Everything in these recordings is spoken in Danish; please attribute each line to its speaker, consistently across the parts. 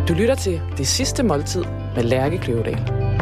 Speaker 1: Du lytter til Det Sidste Måltid med Lærke Kløvedal.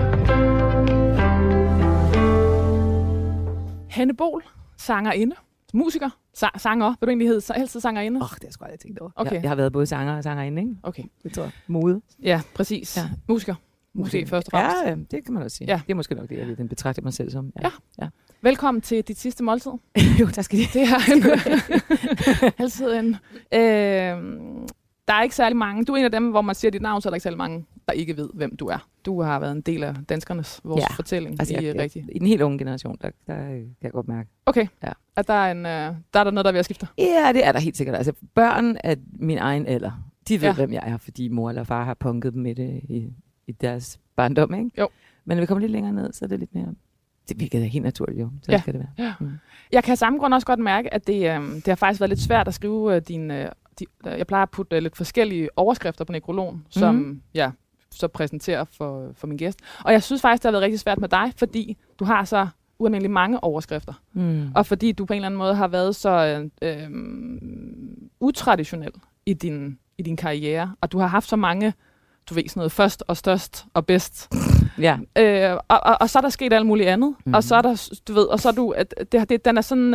Speaker 2: Hanne Bol, sangerinde, musiker, sanger, vil du egentlig hedde altid sangerinde?
Speaker 3: Det har jeg sgu aldrig tænkt over.
Speaker 2: Okay.
Speaker 3: Jeg har været både sanger og sangerinde, ikke?
Speaker 2: Okay.
Speaker 3: Det tror jeg. Mode.
Speaker 2: Ja, præcis. Ja. Musiker. Måske først og fremmest.
Speaker 3: Ja, det kan man også sige. Ja. Det er måske nok det, jeg betragter mig selv som. Ja.
Speaker 2: Velkommen til Dit Sidste Måltid.
Speaker 3: Jo, tak skal
Speaker 2: det er altid en... der er ikke særlig mange. Du er en af dem, hvor man siger dit navn, så er der ikke særlig mange, der ikke ved, hvem du er. Du har været en del af danskernes fortælling.
Speaker 3: Altså, i den helt unge generation, der kan jeg godt mærke.
Speaker 2: Okay.
Speaker 3: Ja.
Speaker 2: At der er noget, der er ved at skifte?
Speaker 3: Ja, det er der helt sikkert. Altså, børn af min egen alder, de ved, hvem jeg er, fordi mor eller far har punket dem med det i deres barndom, ikke?
Speaker 2: Jo.
Speaker 3: Men når vi kommer lidt længere ned, så er det lidt mere... Det virker helt naturligt, jo. Så skal det være.
Speaker 2: Ja. Jeg kan af samme grund også godt mærke, at det har faktisk været lidt svært at skrive jeg plejer at putte lidt forskellige overskrifter på nekrologen, som jeg så præsenterer for min gæst. Og jeg synes faktisk, det har været rigtig svært med dig, fordi du har så ualmindeligt mange overskrifter. Og fordi du på en eller anden måde har været så utraditionel i din karriere, og du har haft så mange, du ved, sådan noget først og størst og bedst.
Speaker 3: Ja.
Speaker 2: Og så er der sket alt muligt andet. Og så er der, du ved, og så er du, den er sådan...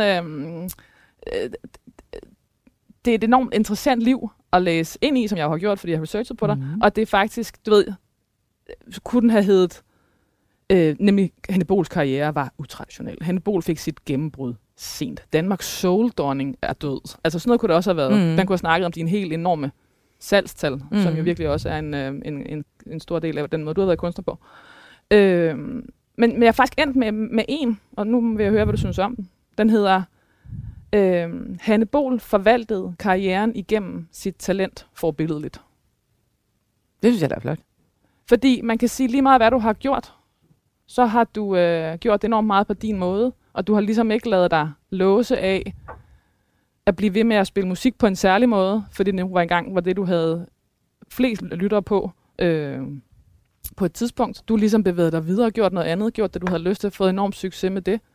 Speaker 2: det er et enormt interessant liv at læse ind i, som jeg har gjort, fordi jeg har researchet på dig. Og det er faktisk, du ved, kunne den have heddet, nemlig Hanne Bols karriere var utraditionel. Hanne Bol fik sit gennembrud sent. Danmarks soul-dronning er død. Altså sådan noget kunne det også have været. Den kunne have snakket om dine helt enorme salgstal, som jo virkelig også er en stor del af den måde, du har været kunstner på. Men jeg er faktisk endt med en, og nu vil jeg høre, hvad du synes om den. Den hedder... Hanne Bol forvaltede karrieren igennem sit talent forbilledligt.
Speaker 3: Det synes jeg, der er flot.
Speaker 2: Fordi man kan sige lige meget, hvad du har gjort, så har du gjort enormt meget på din måde, og du har ligesom ikke ladet dig låse af at blive ved med at spille musik på en særlig måde, fordi det var engang var det, du havde flest lyttere på et tidspunkt. Du ligesom bevæget dig videre og gjort noget andet, gjort det, du havde lyst til, fået enormt succes med det.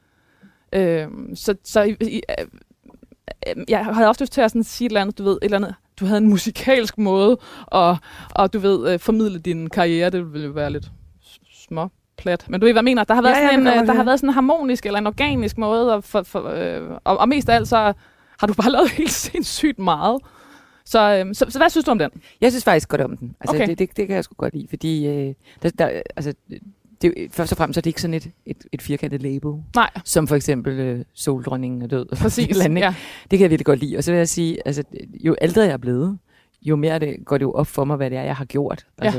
Speaker 2: Jeg havde ofte lyst til at sådan sige et eller andet, du ved, et eller andet, du havde en musikalsk måde, og du ved, formidle din karriere, det ville jo være lidt småplat. Men du ved, hvad jeg mener? Der har været, der har været sådan en harmonisk eller en organisk måde, og mest af alt så har du bare lavet helt sindssygt meget. Så hvad synes du om den?
Speaker 3: Jeg synes faktisk godt om den. Altså,
Speaker 2: okay.
Speaker 3: det kan jeg sgu godt lide, fordi først og fremmest er det ikke sådan et firkantet label.
Speaker 2: Nej.
Speaker 3: Som for eksempel Soldronningen er død.
Speaker 2: Præcis,
Speaker 3: ja. Det kan jeg virkelig godt lide. Og så vil jeg sige, altså, jo ældre jeg er blevet, jo mere går det jo op for mig, hvad det er, jeg har gjort. Altså,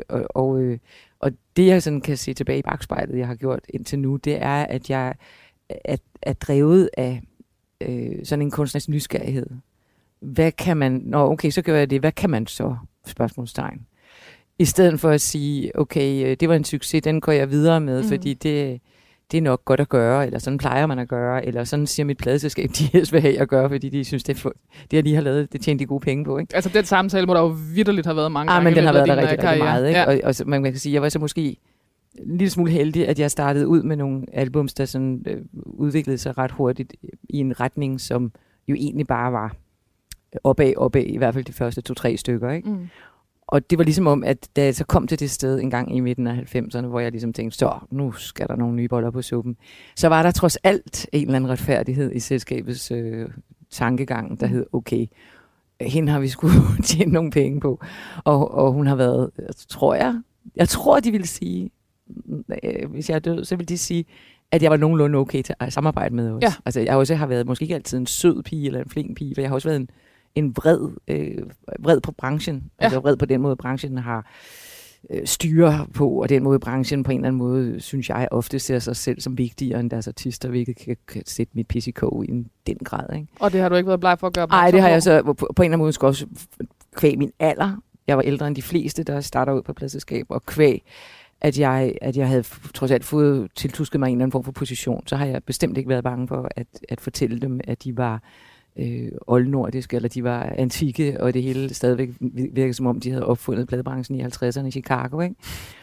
Speaker 3: og det, jeg sådan kan se tilbage i bagspejlet, jeg har gjort indtil nu, det er, at jeg er drevet af sådan en kunstnerisk nysgerrighed. Hvad kan man... okay, så gør jeg det. Hvad kan man så? Spørgsmålstegn. I stedet for at sige, okay, det var en succes, den går jeg videre med, fordi det er nok godt at gøre, eller sådan plejer man at gøre, eller sådan siger mit pladeselskab, de helst vil have at gøre, fordi de synes, det jeg lige har lavet, det tjener de gode penge på. Ikke?
Speaker 2: Altså den samtale må der jo vitterligt have været mange gange.
Speaker 3: Men den har været der rigtig meget. Ikke?
Speaker 2: Ja.
Speaker 3: Og man kan sige, jeg var så måske en lille smule heldig, at jeg startede ud med nogle albums, der sådan, udviklede sig ret hurtigt i en retning, som jo egentlig bare var opad, i hvert fald de første 2-3 stykker, ikke? Og det var ligesom om, at da jeg så kom til det sted en gang i midten af 90'erne, hvor jeg ligesom tænkte, så nu skal der nogle nye boller på suppen, så var der trods alt en eller anden retfærdighed i selskabets tankegang, der hed, okay, hende har vi sgu tjent nogle penge på. Og hun har været, jeg tror, de ville sige, hvis jeg er død, så ville de sige, at jeg var nogenlunde okay til at samarbejde med os. Ja. Altså, jeg også har været måske ikke altid en sød pige eller en flink pige, for jeg har også været en vred på branchen. Ja. Altså vred på den måde, branchen har styre på, og den måde, branchen på en eller anden måde, synes jeg, ofte ser sig selv som vigtigere end deres artister, hvilket kan sætte mit pis i kog i den grad. Ikke?
Speaker 2: Og det har du ikke været bleg for at gøre?
Speaker 3: Nej, det har jeg så på en eller anden måde også kvæg min alder. Jeg var ældre end de fleste, der starter ud på pladselskab, og kvæg at jeg havde trods alt fået tiltusket mig en eller anden form for position, så har jeg bestemt ikke været bange for at fortælle dem, at de var oldnordiske, eller de var antikke, og det hele stadigvæk virkede som om, de havde opfundet pladebranchen i 50'erne i Chicago, ikke?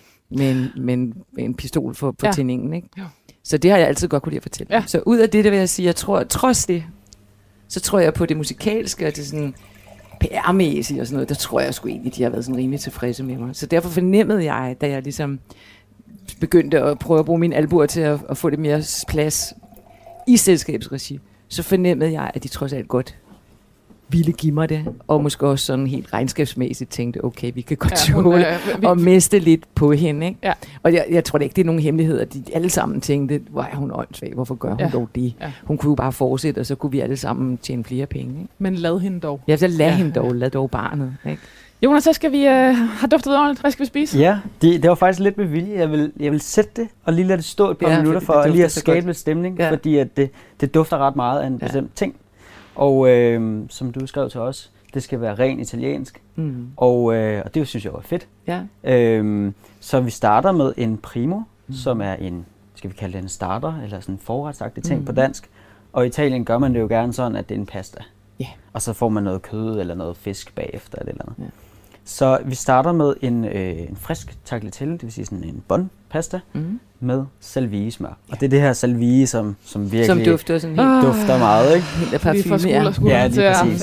Speaker 3: Men en pistol for tændingen, ikke? Ja. Så det har jeg altid godt kunne lide at fortælle. Ja. Så ud af det vil jeg sige, jeg tror, trods det, så tror jeg på det musikalske, og det sådan PR-mæssigt og sådan noget, der tror jeg sgu egentlig, de har været sådan rimelig tilfredse med mig. Så derfor fornemmede jeg, da jeg ligesom begyndte at prøve at bruge mine albuer til at få det mere plads i selskabsregi, så fornemmede jeg, at de trods alt godt ville give mig det, og måske også sådan helt regnskabsmæssigt tænkte, okay, vi kan godt tåle og miste lidt på hende. Ikke?
Speaker 2: Ja.
Speaker 3: Og jeg tror da ikke, det er nogen hemmelighed, at de alle sammen tænkte, hvor er hun åndssvag, hvorfor gør hun dog det? Ja. Hun kunne jo bare fortsætte, og så kunne vi alle sammen tjene flere penge. Ikke?
Speaker 2: Men lad hende dog.
Speaker 3: Ja, så lad hende dog, lad dog barnet. Ikke?
Speaker 2: Jonas, så skal vi have duftet ordentligt. Hvad skal vi spise?
Speaker 4: Ja, det var faktisk lidt med vilje. Jeg vil sætte det, og lige lade det stå et par minutter, for lige at skabe lidt stemning, fordi at det dufter ret meget af en bestemt ting. Og som du skrev til os, det skal være ren italiensk, og det synes jeg var fedt. Ja. Så vi starter med en primo, som er en, skal vi kalde det en starter, eller sådan en forretsagtig ting på dansk. Og i Italien gør man det jo gerne sådan, at det er en pasta. Yeah. Og så får man noget kød eller noget fisk bagefter eller noget. Yeah. Så vi starter med en frisk tagliatelle, det vil sige sådan en bun-pasta med salviesmør. Og det er det her salvie, som virkelig
Speaker 3: som dufter sådan helt
Speaker 4: dufter meget, ikke?
Speaker 3: Helt af parfume.
Speaker 4: Ja, lige præcis.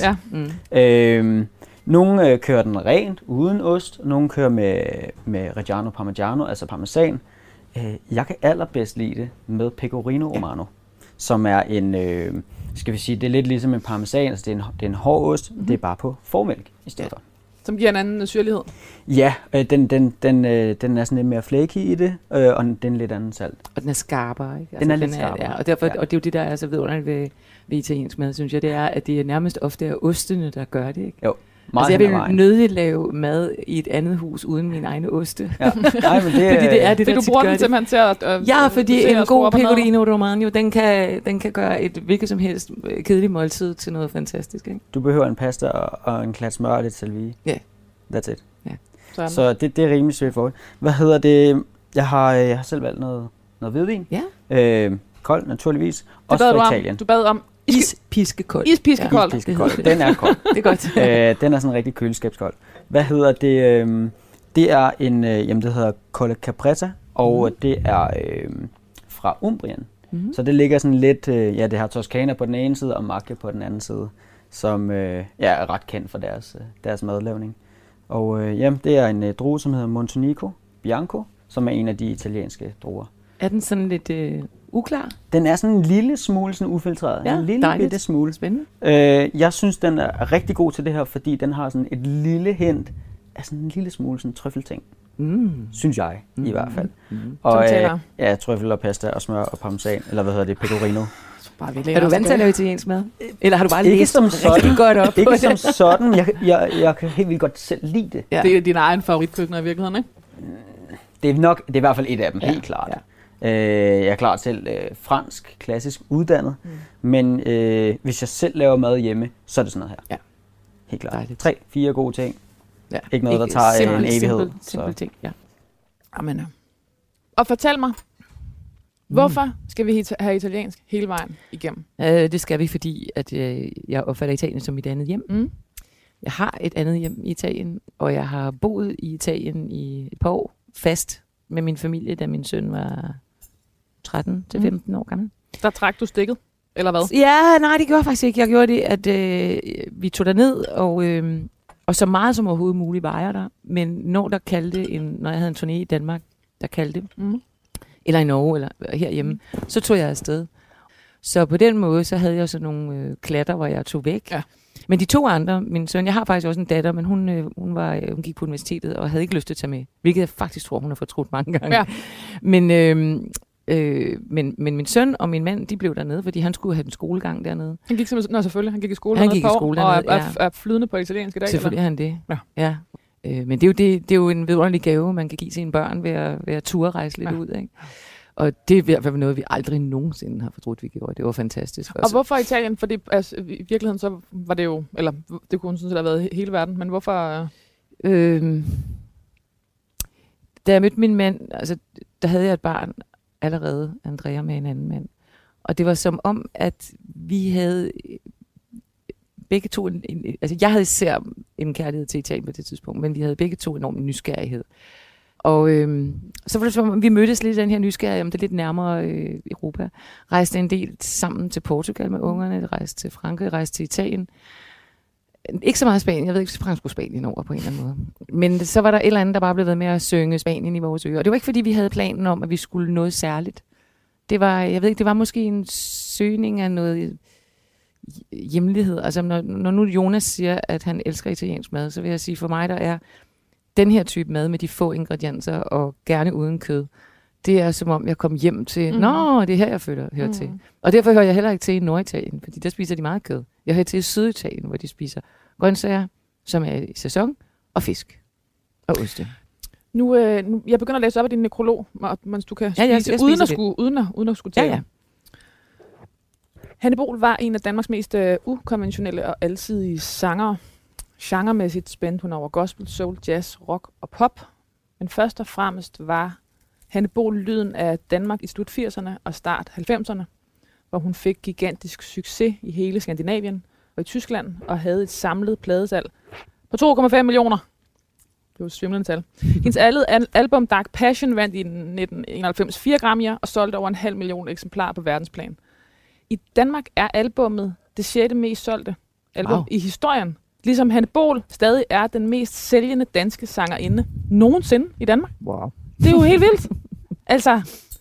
Speaker 4: Ja. Nogle kører den rent uden ost, nogle kører med Reggiano Parmigiano, altså parmesan. Jeg kan allerbedst lide det med pecorino romano, som er en, skal vi sige, det er lidt ligesom en parmesan, altså det er en hård ost, det er bare på formælk i stedet for.
Speaker 2: Som giver en anden syrlighed?
Speaker 4: Ja, den er sådan lidt mere flaky i det, og den er lidt anden salt.
Speaker 3: Og den er skarpere, ikke? Altså,
Speaker 4: den er lidt skarpere.
Speaker 3: Ja, og det er jo det, der er så vidunderligt ved italiensk mad, synes jeg, det er, at det er nærmest ofte er ostene, der gør det, ikke?
Speaker 4: Jo.
Speaker 3: Altså jeg vil nødigt lave mad i et andet hus uden mine egne oste.
Speaker 4: Ja. Nej, men det,
Speaker 3: fordi det er det,
Speaker 2: der du bruger den simpelthen til at
Speaker 3: ja, fordi en god pecorino romano, den kan gøre et hvilket som helst kedeligt måltid til noget fantastisk. Ikke?
Speaker 4: Du behøver en pasta og en klat smør og lidt salvie.
Speaker 3: Ja. Yeah.
Speaker 4: That's it.
Speaker 3: Yeah.
Speaker 4: Så det er rimelig svært for. Hvad hedder det? Jeg har selv valgt noget hvidvin.
Speaker 3: Ja.
Speaker 4: Kold, naturligvis. Også fra Italien.
Speaker 2: Du bad om
Speaker 3: Isppiskekold.
Speaker 2: Isppiskekold.
Speaker 4: Ja, isppiskekold. Den er kold.
Speaker 3: Det er godt.
Speaker 4: Den er sådan rigtig køleskabskold. Hvad hedder det? Det er en, det hedder Colle Capretta, og det er fra Umbrien. Så det ligger sådan lidt, det har Toscana på den ene side, og Marche på den anden side, som er ret kendt for deres madlavning. Og det er en drue, som hedder Montonico Bianco, som er en af de italienske druer.
Speaker 3: Er den sådan lidt uklar?
Speaker 4: Den er sådan en lille smule sådan ufiltreret.
Speaker 3: Ja,
Speaker 4: en lille bitte smule.
Speaker 3: Spændende.
Speaker 4: Jeg synes, den er rigtig god til det her, fordi den har sådan et lille hint af sådan en lille smule sådan trøffelting. Synes jeg, i hvert fald. Og trøffel og pasta og smør og parmesan, eller hvad hedder det, pecorino.
Speaker 3: Er du vant til at lave italiensk mad? Eller har du bare læst
Speaker 4: rigtig
Speaker 3: godt op?
Speaker 4: Ikke som sådan. Jeg kan helt vildt godt selv lide det.
Speaker 2: Ja. Det er din egen favoritkøkkener i virkeligheden, ikke?
Speaker 4: Det er i hvert fald et af dem, helt klart. Ja. Jeg er klart selv fransk, klassisk uddannet, men hvis jeg selv laver mad hjemme, så er det sådan noget her. Ja. Helt klart. 3-4 gode ting. Ja. Ikke noget, der tager en evighed.
Speaker 3: Simple ting, ja.
Speaker 2: Amen. Og fortæl mig, hvorfor skal vi have italiensk hele vejen igennem?
Speaker 3: Det skal vi, fordi at jeg opfatter Italien som mit andet hjem. Jeg har et andet hjem i Italien, og jeg har boet i Italien i et par år fast med min familie, da min søn var 13-15 år gammel.
Speaker 2: Der trak du stikket, eller hvad?
Speaker 3: Ja, nej, det gjorde jeg faktisk ikke. Jeg gjorde det, at vi tog derned, og så meget som overhovedet muligt var jeg der. Men når jeg havde en turné i Danmark, der kaldte eller i Norge, eller herhjemme, så tog jeg afsted. Så på den måde, så havde jeg sådan nogle klatter, hvor jeg tog væk. Ja. Men de to andre, min søn, jeg har faktisk også en datter, men hun gik på universitetet og havde ikke lyst til at tage med. Hvilket jeg faktisk tror, hun har fortrudt mange gange. Ja. Men min søn og min mand, de blev dernede, fordi han skulle have den skolegang dernede.
Speaker 2: Han gik selvfølgelig. Han gik i skole dernede på år, og er flydende på italiensk i dag.
Speaker 3: Selvfølgelig er han det. Ja. Men det er jo en vidunderlig gave, man kan give sine børn ved at turrejse lidt ud, ikke? Og det er i hvert fald noget, vi aldrig nogensinde har fortrudt, vi gjorde. Det var fantastisk.
Speaker 2: Og hvorfor Italien? Fordi altså, i virkeligheden så var det jo, eller det kunne sådan set have været hele verden, men hvorfor?
Speaker 3: Da jeg mødte min mand, altså, der havde jeg et barn allerede, Andrea, med en anden mand. Og det var som om, at vi havde begge to, altså jeg havde især en kærlighed til Italien på det tidspunkt, men vi havde begge to enorm nysgerrighed. Og så var det som om, vi mødtes lidt i den her nysgerrighed, om det lidt nærmere Europa. Rejste en del sammen til Portugal med ungerne, rejste til Frankrig, rejste til Italien. Ikke så meget Spanien. Jeg ved ikke, hvis Frank skulle Spanien over på en eller anden måde. Men så var der et eller andet, der bare blev ved med at synge Spanien i vores ører. Og det var ikke, fordi vi havde planen om, at vi skulle noget særligt. Det var, jeg ved ikke, det var måske en søgning af noget hjemlighed. Altså, når nu Jonas siger, at han elsker italiensk mad, så vil jeg sige, for mig, der er den her type mad med de få ingredienser og gerne uden kød. Det er som om, jeg kom hjem til, nå, det er her, jeg hører til. Og derfor hører jeg heller ikke til i Norditalien, fordi der spiser de meget kød. Jeg hører til i Syditalien, hvor de spiser grøntsager, som er i sæson, og fisk og oste.
Speaker 2: Nu, jeg begynder at læse op af din nekrolog, mens du kan spise, uden at skulle tale.
Speaker 3: Ja.
Speaker 2: Hanne Bol var en af Danmarks mest ukonventionelle og alsidige sangere. Genremæssigt spændte hun over gospel, soul, jazz, rock og pop. Men først og fremmest var Hanne Bol lyden af Danmark i slut 80'erne og start 90'erne, hvor hun fik gigantisk succes i hele Skandinavien og i Tyskland, og havde et samlet pladesalg på 2,5 millioner. Det var et svimlende tal. Hendes album Dark Passion vandt i 1991 4 Grammy'er og solgte over 500.000 eksemplarer på verdensplan. I Danmark er albummet det 6. mest solgte album i historien. Ligesom Hanne Bol stadig er den mest sælgende danske sangerinde nogensinde i Danmark.
Speaker 3: Wow.
Speaker 2: Det er jo helt vildt. Altså,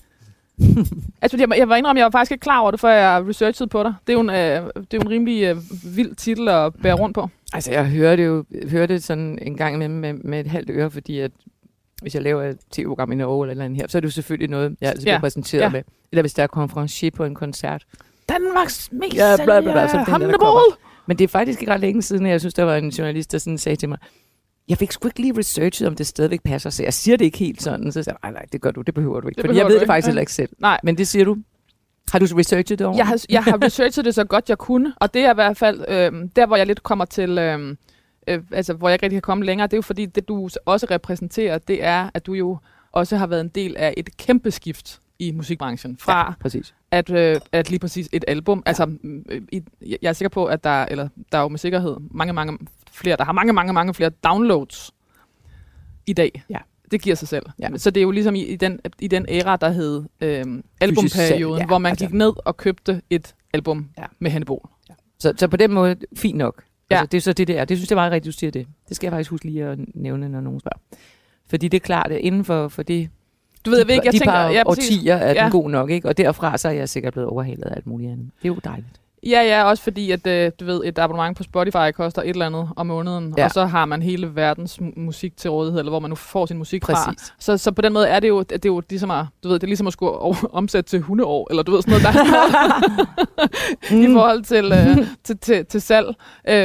Speaker 2: jeg var indrømme, jeg var faktisk ikke klar over det, før jeg researchede på dig. Det er jo en rimelig vild titel at bære rundt på.
Speaker 3: Altså, jeg hører det sådan en gang imellem med et halvt øre, fordi at hvis jeg laver et tv-program i Norge eller andet her, så er det jo selvfølgelig noget, jeg bliver præsenteret med. Eller hvis der er konferencier på en koncert.
Speaker 2: Danmarks mest sælgende Hanne Bol!
Speaker 3: Men det er faktisk ikke ret længe siden, jeg synes, der var en journalist, der sådan sagde til mig, jeg fik sgu ikke lige researchet, om det stadigvæk passer, så jeg siger det ikke helt sådan. Så jeg nej, det gør du, det behøver du ikke. Fordi jeg ved det faktisk heller ikke selv.
Speaker 2: Nej.
Speaker 3: Men det siger du. Har du researchet det over?
Speaker 2: Jeg har researchet det så godt, jeg kunne. Og det er i hvert fald, der hvor jeg lidt kommer til, altså hvor jeg ikke rigtig kan komme længere, det er jo fordi, det du også repræsenterer, det er, at du jo også har været en del af et kæmpe skift i musikbranchen. Fra at lige præcis et album. Ja. Altså, jeg er sikker på, at der er jo med sikkerhed mange flere, der har mange flere downloads i dag. Ja. Det giver sig selv. Ja. Så det er jo ligesom i den æra, der hed albumperioden, hvor man gik ned og købte et album med Hanne Bol.
Speaker 3: Ja. Så på den måde, fint nok. Ja. Altså, det er så det er. Det synes jeg meget rigtigt, du siger det. Det skal jeg faktisk huske lige at nævne, når nogen spørger. Fordi det er klart, at inden for det
Speaker 2: du ved, jeg tænker,
Speaker 3: par årtier er den god nok, ikke? Og derfra så er jeg sikkert blevet overhalet af alt muligt andet. Det er jo dejligt.
Speaker 2: Ja, også fordi, at du ved, et abonnement på Spotify koster et eller andet om måneden, og så har man hele verdens musik til rådighed, eller hvor man nu får sin musik fra. Så på den måde er det jo ligesom at, du ved, det er ligesom at skulle omsætte til hundeår, eller du ved, sådan noget der i forhold til salg.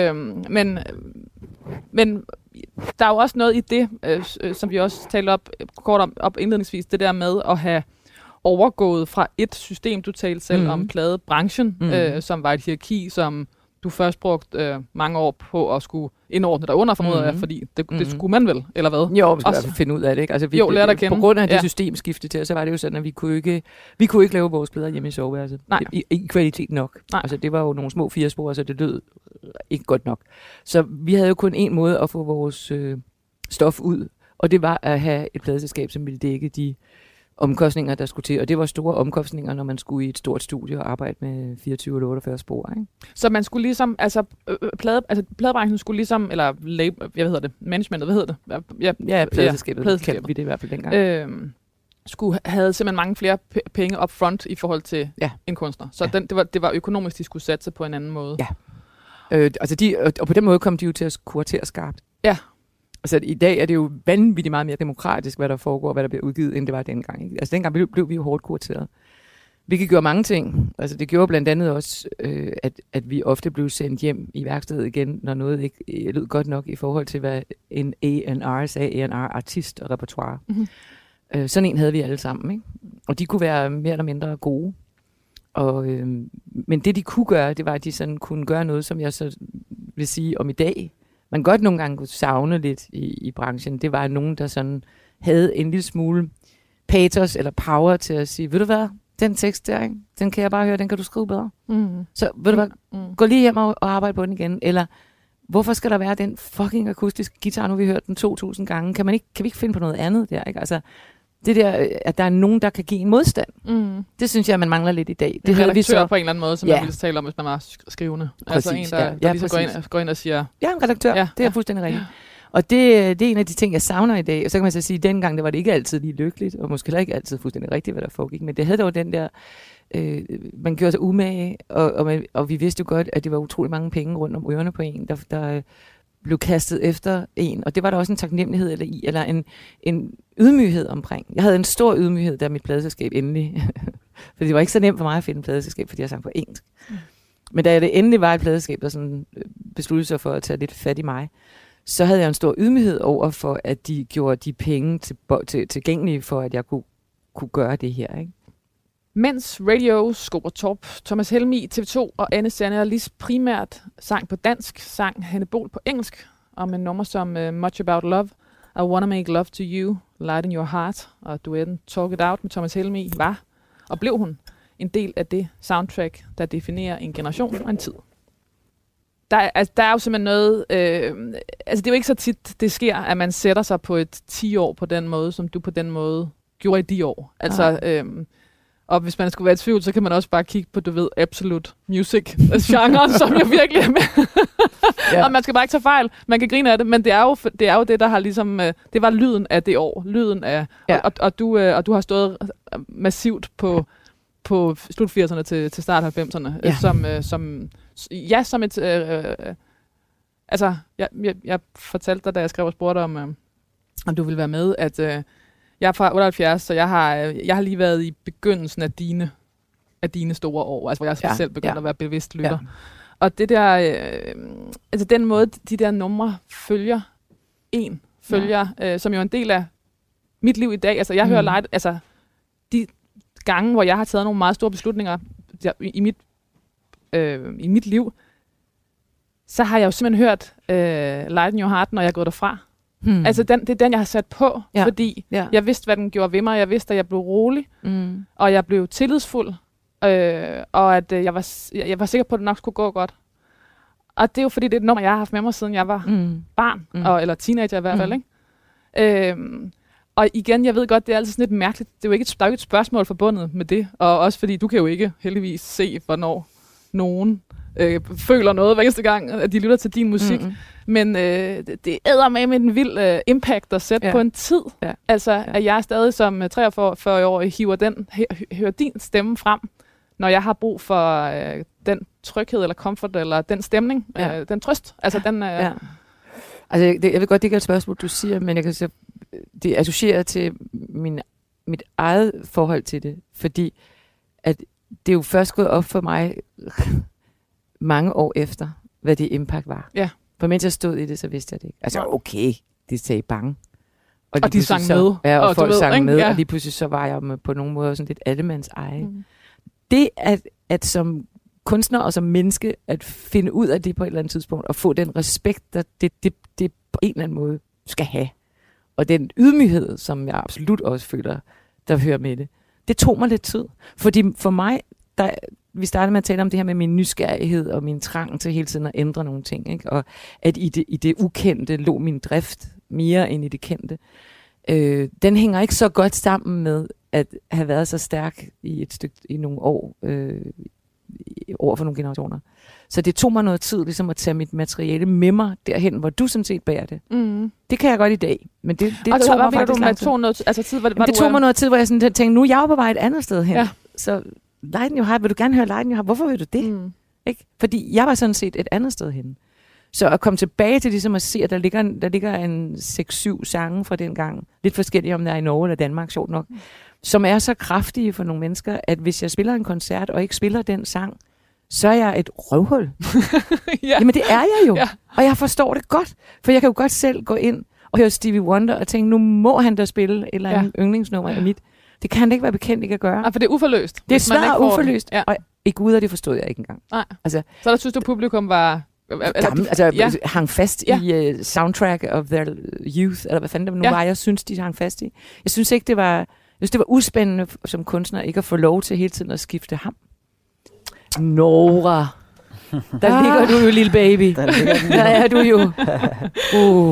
Speaker 2: Men der er jo også noget i det, som vi også talte kort op indledningsvis, det der med at have overgået fra et system, du talte selv om pladebranchen, som var et hierarki, som du først brugte mange år på at skulle indordne dig under, formoder jeg, fordi det skulle man vel, eller hvad?
Speaker 3: Jo, vi skulle også finde ud af det, ikke? Altså, på grund af det systemskifte til, så var det jo sådan, at vi kunne ikke lave vores plader hjemme i soveværelset. I kvalitet nok. Nej. Altså, det var jo nogle små 4 spor, så det lød ikke godt nok. Så vi havde jo kun én måde at få vores stof ud, og det var at have et pladeselskab, som ville dække de omkostninger, der skulle til. Og det var store omkostninger, når man skulle i et stort studie og arbejde med 24 eller 48 spor. Ikke?
Speaker 2: Så man skulle ligesom, pladebranchen skulle ligesom, eller managementet, hvad hedder det?
Speaker 3: Ja, pladeselskabet kaldte vi det i hvert fald dengang.
Speaker 2: Havde simpelthen mange flere penge up front i forhold til en kunstner. Så det var økonomisk, de skulle satse på en anden måde.
Speaker 3: Ja. Og på den måde kom de jo til at kuratere skarpt.
Speaker 2: Ja.
Speaker 3: Altså i dag er det jo vanvittigt meget mere demokratisk, hvad der foregår, hvad der bliver udgivet, end det var dengang. Ikke? Altså dengang blev vi jo hårdt kurateret. Hvilket gjorde mange ting. Altså det gjorde blandt andet også, at vi ofte blev sendt hjem i værkstedet igen, når noget ikke lød godt nok i forhold til, hvad en A&R sagde, A&R, artist og repertoire. Mm-hmm. Sådan en havde vi alle sammen. Ikke? Og de kunne være mere eller mindre gode. Men det de kunne gøre, det var, at de sådan kunne gøre noget, som jeg så vil sige om i dag, man godt nogle gange kunne savne lidt i branchen. Det var nogen, der sådan havde en lille smule patos eller power til at sige, ved du hvad, den tekst der, ikke? Den kan jeg bare høre, den kan du skrive bedre. Mm. Så ved du hvad, gå lige hjem og arbejde på den igen. Eller hvorfor skal der være den fucking akustiske guitar, nu vi hørt den 2000 gange? Kan vi ikke finde på noget andet der? Ikke? Altså, Det der, at der er nogen, der kan give en modstand. Det synes jeg, man mangler lidt i dag.
Speaker 2: Det havde vi så på en eller anden måde, som jeg ville tale om, hvis man var skrivende.
Speaker 3: Præcis,
Speaker 2: altså en, der lige går ind og siger...
Speaker 3: Ja, en redaktør. Det er fuldstændig rigtigt. Og det er en af de ting, jeg savner i dag. Og så kan man så sige, at dengang det var det ikke altid lige lykkeligt, og måske heller ikke altid fuldstændig rigtigt, hvad der foregik. Men det havde dog den der... man gjorde sig umage, og vi vidste jo godt, at det var utrolig mange penge rundt om ørerne på en, der blev kastet efter en. Og det var der også en taknemmelighed eller en ydmyghed omkring. Jeg havde en stor ydmyghed, da mit pladeselskab endelig... for det var ikke så nemt for mig at finde et pladeselskab, fordi jeg sang på engelsk. Men da det endelig var et pladeselskab, der sådan besluttede sig for at tage lidt fat i mig, så havde jeg en stor ydmyghed over for, at de gjorde de penge tilgængelige for, at jeg kunne gøre det her, ikke?
Speaker 2: Mens Radio, Skåber Torp, Thomas Helmig, TV2 og Anne Sanne og Lis primært sang på dansk, sang Hanne Bol på engelsk, og med nummer som Much About Love, I Wanna Make Love to You, Light in Your Heart, og duetten Talk It Out med Thomas Helmig var, og blev hun, en del af det soundtrack, der definerer en generation og en tid. Der er jo simpelthen noget... det er jo ikke så tit, det sker, at man sætter sig på et 10-år på den måde, som du på den måde gjorde i de år. Og hvis man skulle være i tvivl, så kan man også bare kigge på, du ved, Absolute Music-genren, som jo virkelig er med. Og man skal bare ikke tage fejl. Man kan grine af det, men det er jo det, der har ligesom... det var lyden af det år. Lyden af... Og du har stået massivt på slut 80'erne til start 90'erne, som et... jeg fortalte dig, da jeg skrev og spurgte om du ville være med, at jeg er fra 78, så jeg har lige været i begyndelsen af dine store år, altså hvor jeg selv begyndte at være bevidst lytter. Og det der, den måde, de der numre følger, som jo er en del af mit liv i dag. Altså jeg hører live, altså de gange, hvor jeg har taget nogle meget store beslutninger i mit liv, så har jeg jo simpelthen hørt Light in Your Heart, når jeg er gået derfra. Altså det er den, jeg har sat på, fordi jeg vidste, hvad den gjorde ved mig. Jeg vidste, at jeg blev rolig, og jeg blev tillidsfuld, og at jeg var sikker på, at det nok skulle gå godt. Og det er jo fordi, det er et nummer, jeg har haft med mig, siden jeg var barn, eller teenager i hvert fald. Ikke? Og igen, jeg ved godt, det er altid sådan lidt mærkeligt. Det er jo ikke der er jo ikke et spørgsmål forbundet med det, og også fordi du kan jo ikke heldigvis se, hvornår nogen føler noget hver eneste gang, at de lytter til din musik. Men det æder med en vild impact at sætte på en tid. Ja. Altså, at jeg stadig som 43-årig hører din stemme frem, når jeg har brug for den tryghed eller comfort, eller den stemning, den trøst. Altså, den...
Speaker 3: Altså, jeg ved godt, det ikke er et spørgsmål, du siger, men jeg kan så det associerer til mit eget forhold til det, fordi at det er jo først gået op for mig mange år efter, hvad det impact var. Ja. For mens jeg stod i det, så vidste jeg det ikke. Altså, okay, det sagde bange.
Speaker 2: Og de sang med.
Speaker 3: Ja, og folk sang med, og lige pludselig så var jeg på nogle måder sådan lidt allemands eje. Det at som kunstner og som menneske, at finde ud af det på et eller andet tidspunkt, og få den respekt, der det på en eller anden måde skal have. Og den ydmyghed, som jeg absolut også føler, der hører med det. Det tog mig lidt tid. Fordi for mig, vi startede med at tale om det her med min nysgerrighed og min trang til hele tiden at ændre nogle ting. Ikke? Og at i det ukendte lå min drift mere end i det kendte. Den hænger ikke så godt sammen med at have været så stærk i nogle år, over for nogle generationer. Så det tog mig noget tid ligesom at tage mit materiale med mig derhen, hvor du sådan set bærer det. Det kan jeg godt i dag, men det tog mig faktisk lang tid. Det tog mig noget tid, hvor jeg sådan tænkte, nu er jeg jo på vej et andet sted hen. Ja. Så Light in Your Heart, vil du gerne høre Light in Your Heart? Hvorfor vil du det? Ikke? Fordi jeg var sådan set et andet sted henne. Så at komme tilbage til ligesom at se, at der ligger en 6-7 sange fra den gang, lidt forskellige om der er i Norge eller Danmark, sjovt nok, som er så kraftige for nogle mennesker, at hvis jeg spiller en koncert og ikke spiller den sang, så er jeg et røvhul. Jamen det er jeg jo. Og jeg forstår det godt. For jeg kan jo godt selv gå ind og høre Stevie Wonder og tænke, nu må han da spille et eller andet yndlingsnummer af mit. Det kan han ikke være bekendt ikke at gøre.
Speaker 2: For det er uforløst.
Speaker 3: Det er svært uforløst. Ja. Og i Gud, og det forstod jeg ikke engang.
Speaker 2: Nej. Altså, så der synes du, publikum var...
Speaker 3: Gammel, hang fast i soundtrack of their youth, eller hvad fanden det nu var, jeg synes, de hang fast i. Jeg synes ikke, det var uspændende som kunstner, ikke at få lov til hele tiden at skifte ham. Nora. Der ligger du jo, lille baby. Der er du jo.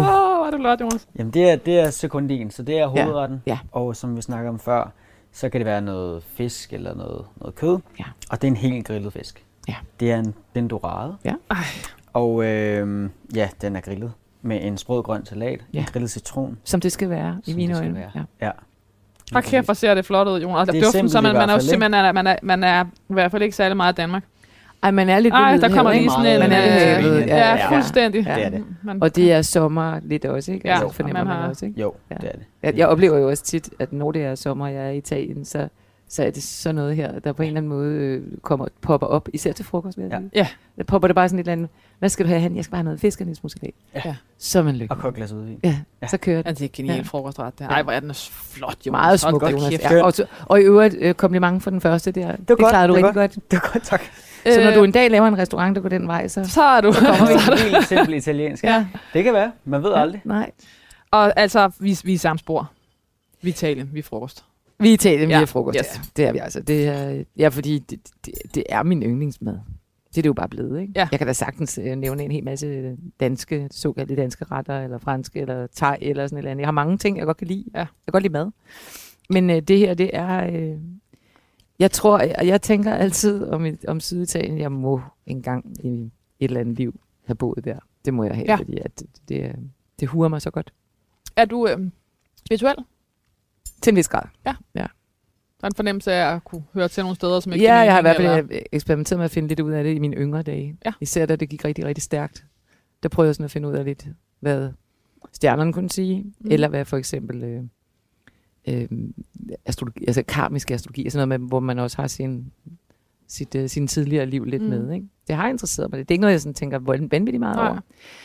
Speaker 2: er det flot, Jonas.
Speaker 4: Jamen, det er sekundin, så det er hovedretten.
Speaker 3: Ja.
Speaker 4: Og som vi snakker om før, så kan det være noget fisk eller noget kød.
Speaker 3: Ja.
Speaker 4: Og det er en helt grillet fisk.
Speaker 3: Ja.
Speaker 4: Det er en dorade.
Speaker 3: Ja.
Speaker 4: Og den er grillet med en sprød grøn salat, en grillet citron.
Speaker 3: Som det skal være i mine øjne.
Speaker 4: Ja.
Speaker 2: Hold kæft, hvor ser det flot ud, Jonas.
Speaker 4: Det er
Speaker 2: duften, så man er jo
Speaker 4: simpelthen
Speaker 2: man er i hvert fald ikke særlig meget i Danmark.
Speaker 3: Ej, man er lidt
Speaker 2: der kommer lige sådan en... Ja, fuldstændig.
Speaker 4: Det er det.
Speaker 3: Og det er sommer lidt også, ikke?
Speaker 2: Ja,
Speaker 3: altså, fornemmer man også, ikke?
Speaker 4: Jo, det er det.
Speaker 3: Jeg oplever jo også tit, at når det er sommer, jeg er i Italien, så er det sådan noget her, der på en eller anden måde popper op, især til frokost, vil jeg sige.
Speaker 2: Ja.
Speaker 3: Der popper det bare sådan et eller andet, hvad skal du have hen? Jeg skal bare have noget fiskernismuskat.
Speaker 4: Ja.
Speaker 3: Så er man lykkelig.
Speaker 4: Og kogt glas hvidvin.
Speaker 3: Ja, så kører det.
Speaker 2: Det er genialt frokostret. Ej, hvor er den flot, Jonas.
Speaker 3: Meget smukt, Jonas. Og i øvrigt, kompliment for den første der. Det klarede du rigtig godt.
Speaker 4: Det var godt, tak.
Speaker 3: Så når du en dag laver en restaurant, der går den vej, så
Speaker 2: er du.
Speaker 4: Så kommer vi helt simpelt italiensk.
Speaker 2: Ja.
Speaker 4: Det kan være. Man ved aldrig.
Speaker 3: Nej.
Speaker 2: Og altså, vi er samme spor. Vi er Italien, vi er frokost.
Speaker 3: Vi er Italien, vi er frokost.
Speaker 2: Yes.
Speaker 3: Ja. Det er vi altså. Det er fordi det er min yndlingsmad. Det er det jo bare blevet, ikke?
Speaker 2: Ja.
Speaker 3: Jeg kan da sagtens nævne en hel masse såkaldte danske retter, eller franske, eller thai, eller sådan et eller andet. Jeg har mange ting, jeg godt kan lide. Ja. Jeg kan godt lide mad. Men det her, det er... jeg tænker altid om Syditalien, jeg må engang i et eller andet liv have boet der. Det må jeg have, fordi at det huer mig så godt.
Speaker 2: Er du spirituel?
Speaker 3: Til en vis grad.
Speaker 2: Ja. Der er en fornemmelse af at kunne høre til nogle steder, som ikke
Speaker 3: jeg har i hvert fald eksperimenteret med at finde lidt ud af det i mine yngre dage. Ja. Især da det gik rigtig, rigtig stærkt. Der prøvede jeg sådan at finde ud af lidt, hvad stjernerne kunne sige, eller hvad for eksempel astrologi, altså karmisk astrologi, og sådan noget med, hvor man også har sin tidligere liv lidt med. Ikke? Det har interesseret mig. Det er ikke noget, jeg sådan tænker vanvittigt meget over.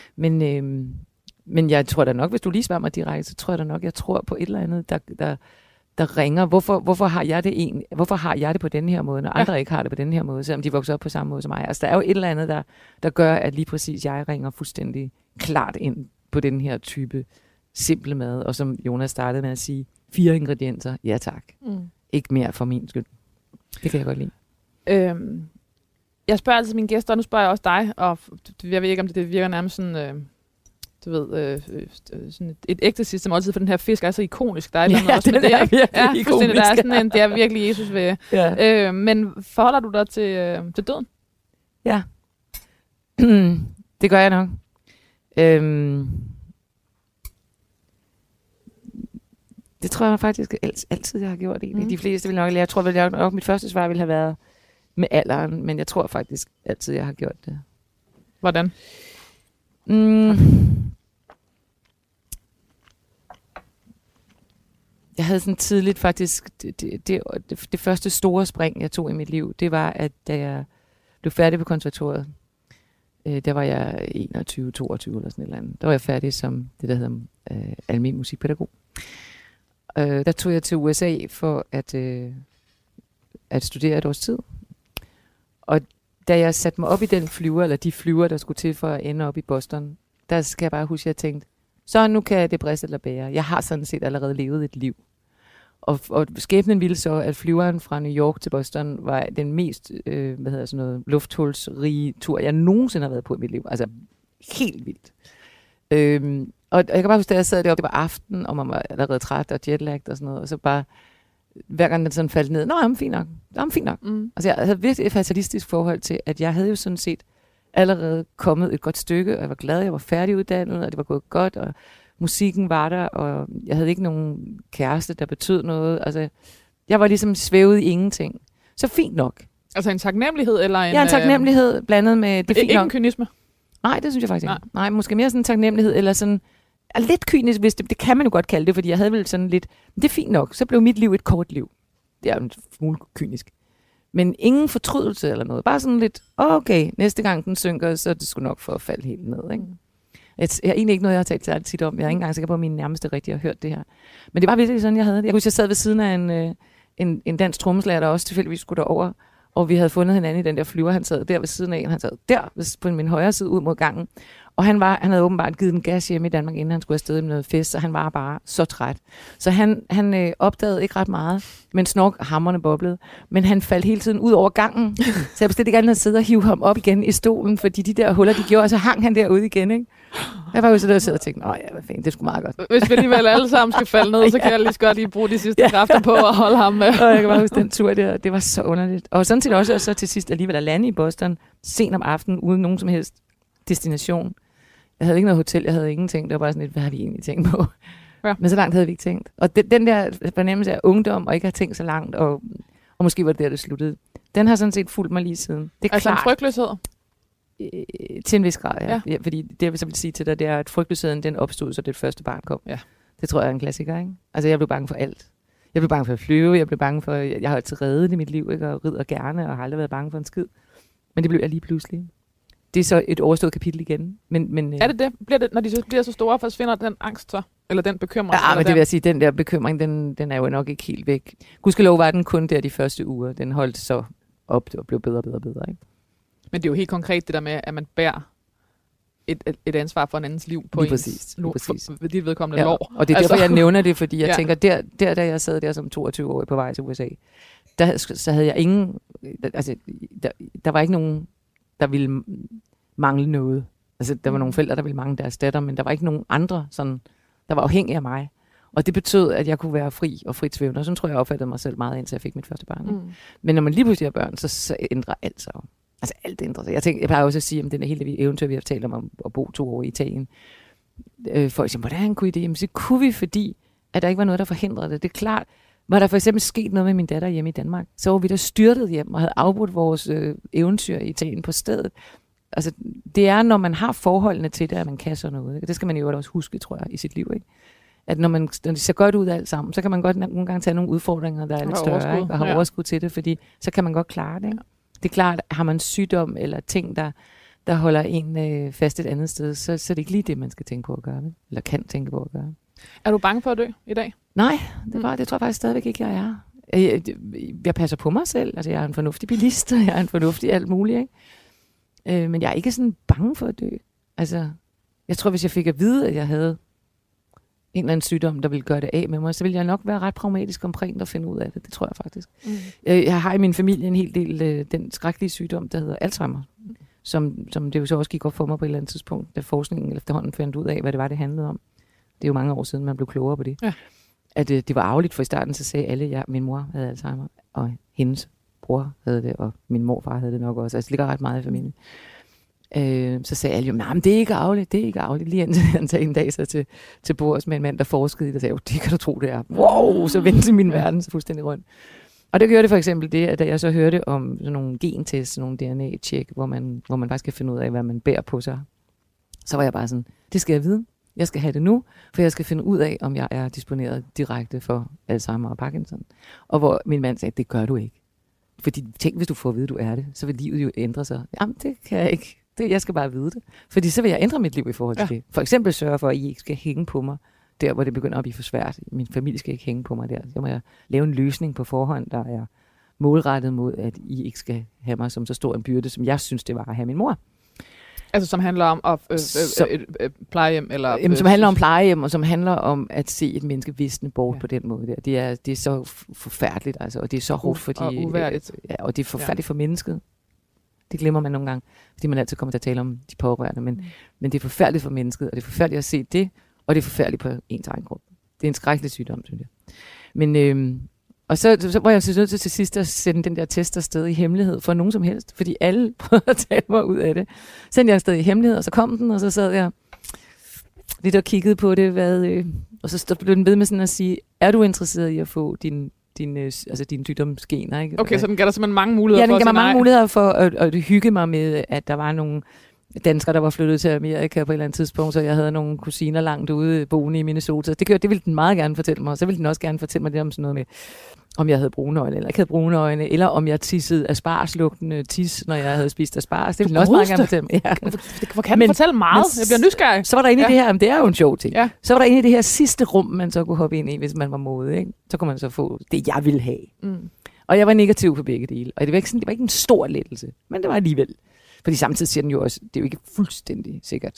Speaker 3: Men jeg tror da nok, hvis du lige svarer mig direkte, så tror jeg da nok, jeg tror på et eller andet, der ringer. Hvorfor har jeg det på den her måde, når andre ikke har det på den her måde, selvom de vokser op på samme måde som mig? Altså, der er jo et eller andet, der gør, at lige præcis jeg ringer fuldstændig klart ind på den her type simple mad, og som Jonas startede med at sige, 4 ingredienser, ja tak. Ikke mere for min skyld. Det kan jeg godt lide.
Speaker 2: Jeg spørger altid mine gæster, og nu spørger jeg også dig, og jeg ved ikke, om det virker nærmest sådan... du ved, sådan et ægte sidste måltid, for den her fisk er så ikonisk. Der er noget også med det, ikke? Ja, fuldstændig. Der er sådan en, det er virkelig Jesus ved. Ja. Men forholder du dig til døden?
Speaker 3: Ja. Det gør jeg nok. Det tror jeg faktisk altid, jeg har gjort. De fleste vil nok, jeg tror vel nok, mit første svar ville have været med alderen, men jeg tror faktisk altid, jeg har gjort det.
Speaker 2: Hvordan?
Speaker 3: Jeg havde sådan tidligt faktisk, det første store spring, jeg tog i mit liv, det var, at da jeg blev færdig på konservatoriet, der var jeg 21-22 eller sådan et eller andet. Der var jeg færdig som det, der hedder almen musikpædagog. Der tog jeg til USA for at studere et års tid. Og da jeg satte mig op i den flyver, eller de flyver, der skulle til for at ende op i Boston, der skal jeg bare huske, at jeg tænkte, så nu kan det briste eller bære. Jeg har sådan set allerede levet et liv. Og skæbnen ville så, at flyveren fra New York til Boston var den mest lufthulsrige tur, jeg nogensinde har været på i mit liv. Altså helt vildt. Og jeg kan bare huske, at jeg sad deroppe, det var aften, og man var allerede træt og jetlagt og sådan noget, og så bare, hver gang den sådan faldt ned, fint nok. Altså jeg havde virkelig et fatalistisk forhold til, at jeg havde jo sådan set allerede kommet et godt stykke, og jeg var glad, jeg var færdiguddannet, og det var gået godt, og musikken var der, og jeg havde ikke nogen kæreste, der betød noget. Altså, jeg var ligesom svævet i ingenting. Så fint nok.
Speaker 2: Altså en taknemmelighed, eller en...
Speaker 3: Ja, en taknemmelighed blandet med... Det
Speaker 2: ikke en kynisme?
Speaker 3: Nej, det synes jeg faktisk ikke. Nej, måske mere sådan en taknemmelighed, eller sådan... Lidt kynisk, hvis det kan man jo godt kalde det, fordi jeg havde vel sådan lidt... Men det er fint nok, så blev mit liv et kort liv. Det er jo en smule kynisk. Men ingen fortrydelse eller noget. Bare sådan lidt, okay, næste gang den synker, så er det sgu nok for at falde helt ned, ikke? Jeg er egentlig ikke noget, jeg har talt særligt tit om. Jeg er ikke engang sikker på, at mine nærmeste rigtig har hørt det her. Men det var virkelig sådan, jeg havde det. Jeg husker, jeg sad ved siden af en dansk trommeslager, der også tilfældigvis skulle derover, og vi havde fundet hinanden i den der flyver. Han sad der ved siden af, han sad der på min højre side ud mod gangen. Og han havde åbenbart givet en gas hjemme i Danmark, inden han skulle afsted med noget fest, så han var bare så træt. Så han opdagede ikke ret meget, men hammerne boblede. Men han faldt hele tiden ud over gangen, så jeg bestilte ikke andet at sidde og hive ham op igen i stolen, fordi de der huller, de gjorde, og så hang han derude igen, ikke? Jeg var jo så der og sidde og tænkte, ja, hvad fanden, det er sgu meget godt.
Speaker 2: Hvis vi alligevel alle sammen skal falde ned, så kan jeg lige så godt lige bruge de sidste kræfter på at holde ham med.
Speaker 3: Og jeg kan bare huske den tur der, det var så underligt. Og sådan set også, og så til sidst alligevel at lande i Boston, sent om aftenen, uden nogen som helst destination. Jeg havde ikke noget hotel, jeg havde ingenting. Det var bare sådan lidt, hvad har vi egentlig tænkt på? Ja. Men så langt havde vi ikke tænkt. Og den der fornemmelse af ungdom, og ikke have tænkt så langt, og måske var det der, det sluttede, den har sådan set fulgt mig lige siden. Det er
Speaker 2: altså
Speaker 3: klart.
Speaker 2: En frygtløshed?
Speaker 3: Til en vis grad, ja. Ja. Fordi det, jeg vil så vil sige til dig, det er, at frygtløsheden, den opstod, så det første barn kom. Ja. Det tror jeg er en klassiker, ikke? Altså, jeg blev bange for alt. Jeg blev bange for at flyve, jeg blev bange for, jeg har altid reddet i mit liv, ikke? Og rider gerne, og har aldrig været bange for en skid. Men det blev jeg lige pludselig. Det er så et overstået kapitel igen. Men
Speaker 2: er det? Bliver det, når de bliver så store, forsvinder den angst så? Eller den bekymring?
Speaker 3: Ja, men det vil jeg sige, den der bekymring, den er jo nok ikke helt væk. Gudskelov var den kun der de første uger. Den holdt så op og blev bedre og bedre og bedre, ikke?
Speaker 2: Men det er jo helt konkret det der med, at man bærer et ansvar for en andens liv på ens dit vedkommende lov.
Speaker 3: Og det er derfor, jeg nævner det, fordi jeg tænker, da jeg sad der som 22-årig på vej til USA, så havde jeg ingen, altså der var ikke nogen, der ville mangle noget. Altså der var nogle forældre, der ville mangle deres datter, men der var ikke nogen andre, sådan, der var afhængige af mig. Og det betød, at jeg kunne være fri og frit svævende, og sådan tror jeg opfattede mig selv meget, indtil jeg fik mit første barn. Men når man lige pludselig har børn, så ændrer alt sig. Altså alt ændrer sig. Jeg plejer også at sige, om den hele eventyr, vi har talt om at bo 2 år i Italien. Folk siger, hvordan kunne I det? Jamen, så kunne vi, fordi at der ikke var noget, der forhindrede det. Det er klart, var der for eksempel sket noget med min datter hjemme i Danmark, så var vi der styrtet hjem og havde afbrudt vores eventyr i Italien på stedet. Altså, det er, når man har forholdene til det, at man kan sådan noget. Ikke? Det skal man jo også huske, tror jeg, i sit liv, ikke? At når det ser godt ud alt sammen, så kan man godt nogle gange tage nogle udfordringer, der er lidt større, ikke? Og have overskud til det, fordi så kan man godt klare det, ikke? Det er klart, har man sygdom eller ting, der holder en fast et andet sted, så er det ikke lige det, man skal tænke på at gøre, vel? Eller kan tænke på at gøre.
Speaker 2: Er du bange for at dø i dag?
Speaker 3: Nej, det tror jeg faktisk stadigvæk ikke, jeg er. Jeg passer på mig selv. Altså, jeg er en fornuftig bilist, og jeg er en fornuftig alt muligt, ikke? Men jeg er ikke sådan bange for at dø. Altså, jeg tror, hvis jeg fik at vide, at jeg havde en eller anden sygdom, der ville gøre det af med mig, så ville jeg nok være ret pragmatisk omkring at finde ud af det. Det tror jeg faktisk. Jeg har i min familie en hel del den skrækkelige sygdom, der hedder Alzheimer, som det jo så også gik op for mig på et eller andet tidspunkt, da forskningen efterhånden fandt ud af, hvad det var, det handlede om. Det er jo mange år siden, man blev klogere på det. Ja. At det var arveligt, for i starten så sagde alle, at min mor havde Alzheimer, og hendes bror havde det, og min morfar havde det nok også. Altså det ligger ret meget i familien. Så sagde alle jo, nej, men det er ikke arveligt, det er ikke arveligt. Lige indtil han sagde en dag så til bords med en mand, der forskede i det, og sagde, jo, det kan du tro, det er. Wow, så vendte min verden så fuldstændig rundt. Og det gjorde det for eksempel det, at da jeg så hørte om sådan nogle gentests, nogle DNA-tjek, hvor man faktisk kan finde ud af, hvad man bærer på sig, så var jeg bare sådan, det skal jeg vide. Jeg skal have det nu, for jeg skal finde ud af, om jeg er disponeret direkte for Alzheimer og Parkinson. Og hvor min mand sagde, det gør du ikke. Fordi tænk, hvis du får at vide, du er det, så vil livet jo ændre sig. Jamen, det kan jeg ikke. Jeg skal bare vide det. Fordi så vil jeg ændre mit liv i forhold til det. For eksempel sørge for, at I ikke skal hænge på mig, der hvor det begynder at blive for svært. Min familie skal ikke hænge på mig der. Så må jeg lave en løsning på forhånd, der er målrettet mod, at I ikke skal have mig som så stor en byrde, som jeg synes, det var at have min mor.
Speaker 2: Altså som handler om plejehjem? Eller,
Speaker 3: som handler om plejehjem, og som handler om at se et menneske visne bort på den måde der. Det er så forfærdeligt, altså, og det er så hårdt for de... Og det er forfærdeligt for mennesket. Det glemmer man nogle gange, fordi man altid kommer til at tale om de pårørende, men det er forfærdeligt for mennesket, og det er forfærdeligt at se det, og det er forfærdeligt på ens egen krop. Det er en skrækkelig sygdom, synes jeg. Men, og så var jeg nødt til sidst at sende den der test afsted i hemmelighed for nogen som helst, fordi alle prøvede at tale mig ud af det. Sendte jeg afsted i hemmelighed, og så kom den, og så sad jeg lidt og kiggede på det, og så blev den ved med sådan at sige, er du interesseret i at få din sygdomsgener, ikke?
Speaker 2: Okay, så den gav der simpelthen mange muligheder for
Speaker 3: at sige nej? Ja, den gav mig mange muligheder for at hygge mig med, at der var nogle danskere, der var flyttet til Amerika på et eller andet tidspunkt, så jeg havde nogle kusiner langt ude boende i Minnesota. Det ville den meget gerne fortælle mig, og så ville den også gerne fortælle mig det om sådan noget med, om jeg havde brune øjne, eller ikke havde brune øjne, eller om jeg tissede aspargeslugtende tis, når jeg havde spist asparges. Det ville den også meget gerne fortælle mig. Ja.
Speaker 2: Hvor kan du fortælle meget? Jeg bliver nysgerrig.
Speaker 3: Så var der inde i det her, men det er jo en sjov ting. Ja. Så var der inde i det her sidste rum, man så kunne hoppe ind i, hvis man var modig, ikke? Så kunne man så få det, jeg ville have. Og jeg var negativ på begge dele. Og det var ikke en stor lettelse, men det var alligevel. Fordi samtidig siger den jo også, det er jo ikke fuldstændig sikkert,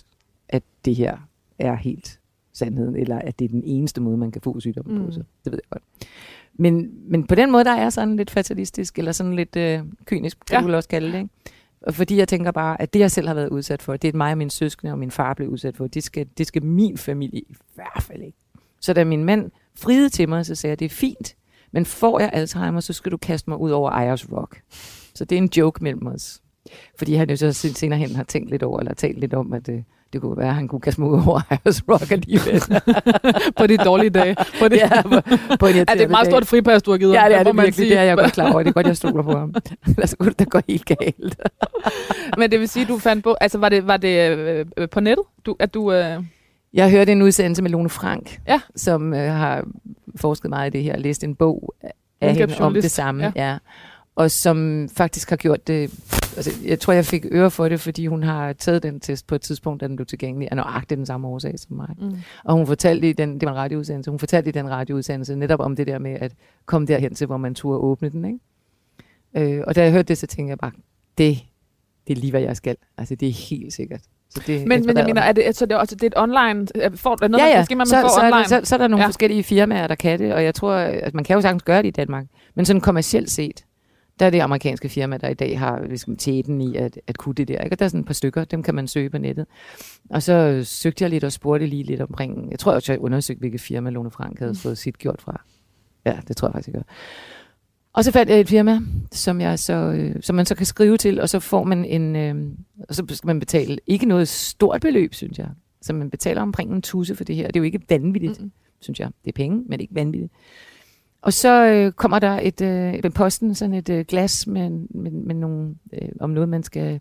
Speaker 3: at det her er helt sandheden, eller at det er den eneste måde, man kan få sygdommen på. Så det ved jeg godt. Men på den måde, der er sådan lidt fatalistisk, eller sådan lidt kynisk, kan du også kalde det, ikke? Fordi jeg tænker bare, at det, jeg selv har været udsat for, det er mig og mine søskende og min far blev udsat for, det skal min familie i hvert fald ikke. Så da min mand friede til mig, så sagde jeg, det er fint, men får jeg Alzheimer, så skal du kaste mig ud over Ayers Rock. Så det er en joke mellem os. Fordi han jo så senere hen har tænkt lidt over, eller talt lidt om, at det kunne være, at han kunne kaste mig ud over Ayers Rock alligevel.
Speaker 2: På de dårlige dage. På det,
Speaker 3: på en
Speaker 2: det er et meget stort fripas, du har givet.
Speaker 3: Ja, det er det virkelig. Det er jeg godt klar over. Det er godt, jeg stoler på ham. Ellers kunne det gå helt galt.
Speaker 2: Men det vil sige, du fandt på, altså var det på nettet,
Speaker 3: Jeg hørte en udsendelse med Lone Frank, som har forsket meget i det her, og læst en bog af hende om det samme. Ja. Og som faktisk har gjort det. Altså, jeg tror, jeg fik øre for det, fordi hun har taget den test på et tidspunkt, da den blev tilgængelig, af nøjagtigt den samme årsag som mig. Og hun fortalte det var en radioudsendelse, hun fortalte i den radioudsendelse netop om det der med at komme derhen til, hvor man turde åbne den, ikke? Og da jeg hørte det, så tænkte jeg bare, det er lige, hvad jeg skal. Altså, det er helt sikkert.
Speaker 2: Men jeg mener, det er et online? Får der noget, skal man få online?
Speaker 3: Så er der nogle forskellige firmaer, der kan det, og jeg tror, at man kan jo sagtens gøre det i Danmark. Men sådan kommercielt set, der er det amerikanske firma, der i dag har ligesom tæten i at kunne det der. Ikke? Og der er sådan et par stykker, dem kan man søge på nettet. Og så søgte jeg lidt og spurgte lige lidt omkring, jeg tror også, jeg undersøgte, hvilket firma Lone Frank havde fået sit gjort fra. Ja, det tror jeg faktisk, jeg gør. Og så fandt jeg et firma, som man så kan skrive til, og så får man og så skal man betale ikke noget stort beløb, synes jeg. Så man betaler omkring en tusse for det her. Det er jo ikke vanvittigt, synes jeg. Det er penge, men ikke vanvittigt. Og så kommer der ved posten sådan et glas med nogle, om noget, man skal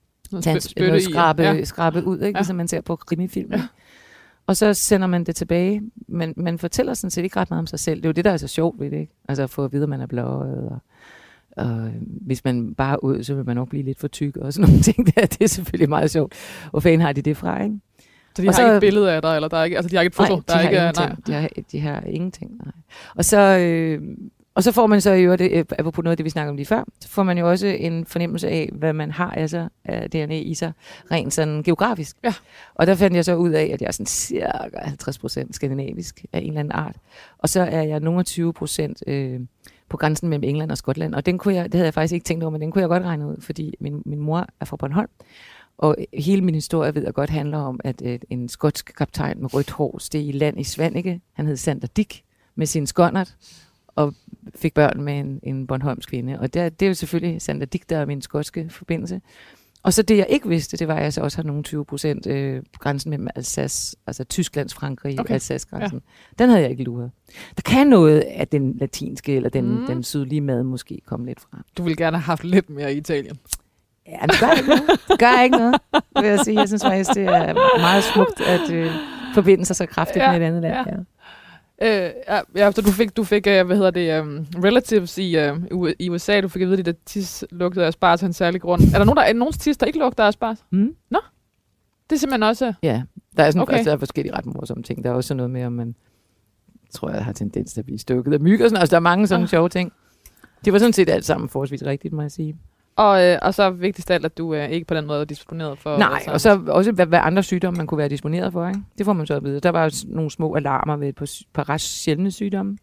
Speaker 3: skrabe ud, ikke? Ligesom man ser på krimifilm. Ja. Og så sender man det tilbage, men man fortæller sådan set ikke ret meget om sig selv. Det er jo det, der er så sjovt ved det, ikke? Altså at få at vide, at man er blåøjet, og hvis man bare er ud, så vil man nok blive lidt for tyk, og sådan nogle ting der. Det er selvfølgelig meget sjovt. Hvor fanden har de det fra, ikke?
Speaker 2: Så de har ikke et billede af dig, eller der er ikke, altså de har ikke et foto?
Speaker 3: De har ingenting, nej. Og så får man så i øvrigt, apropos noget af det, vi snakker om lige før, så får man jo også en fornemmelse af, hvad man har altså af DNA i sig, rent sådan geografisk. Ja. Og der fandt jeg så ud af, at jeg er sådan cirka 50% skandinavisk af en eller anden art. Og så er jeg nogle 20% på grænsen mellem England og Skotland. Og det havde jeg faktisk ikke tænkt over, men den kunne jeg godt regne ud, fordi min mor er fra Bornholm. Og hele min historie, ved jeg godt, handler om, at en skotsk kaptajn med rødt hår steg i land i Svanike. Han hed Sander Dick med sin skonnert og fik børn med en Bornholms kvinde. Og det er jo selvfølgelig Sander Dick, der er min skotske forbindelse. Og så det, jeg ikke vidste, det var, at jeg så også har nogle 20% grænsen mellem Alsace, altså Tysklands Frankrig, Alsace-grænsen. Ja. Den havde jeg ikke luret. Der kan noget af den latinske eller den sydlige mad måske komme lidt fra.
Speaker 2: Du ville gerne have haft lidt mere i Italien.
Speaker 3: Ja, det gør ikke noget. Det gør ikke noget, vil jeg sige. Jeg synes faktisk, det er meget smukt at forbinde sig så kraftigt med et andet land. Ja.
Speaker 2: Så du fik relatives i USA, du fik at vide, at de der tis lugtede af asparges af en særlig grund. Er der nogens tis, der ikke lugter af asparges? Nå? Det er simpelthen også...
Speaker 3: Ja, der er sådan der er forskellige ret morsomme ting. Der er også noget med, om man tror jeg har tendens til at blive stykket af myg og sådan. Altså, der er mange sådan sjove ting. Det var sådan set alt sammen forholdsvis rigtigt, må jeg sige.
Speaker 2: Og så vigtigst af alt, at du ikke på den måde er disponeret for...
Speaker 3: Nej, og så også hvad andre sygdomme, man kunne være disponeret for, ikke? Det får man så at vide. Der var nogle små alarmer ved et par ret sjældne sygdomme.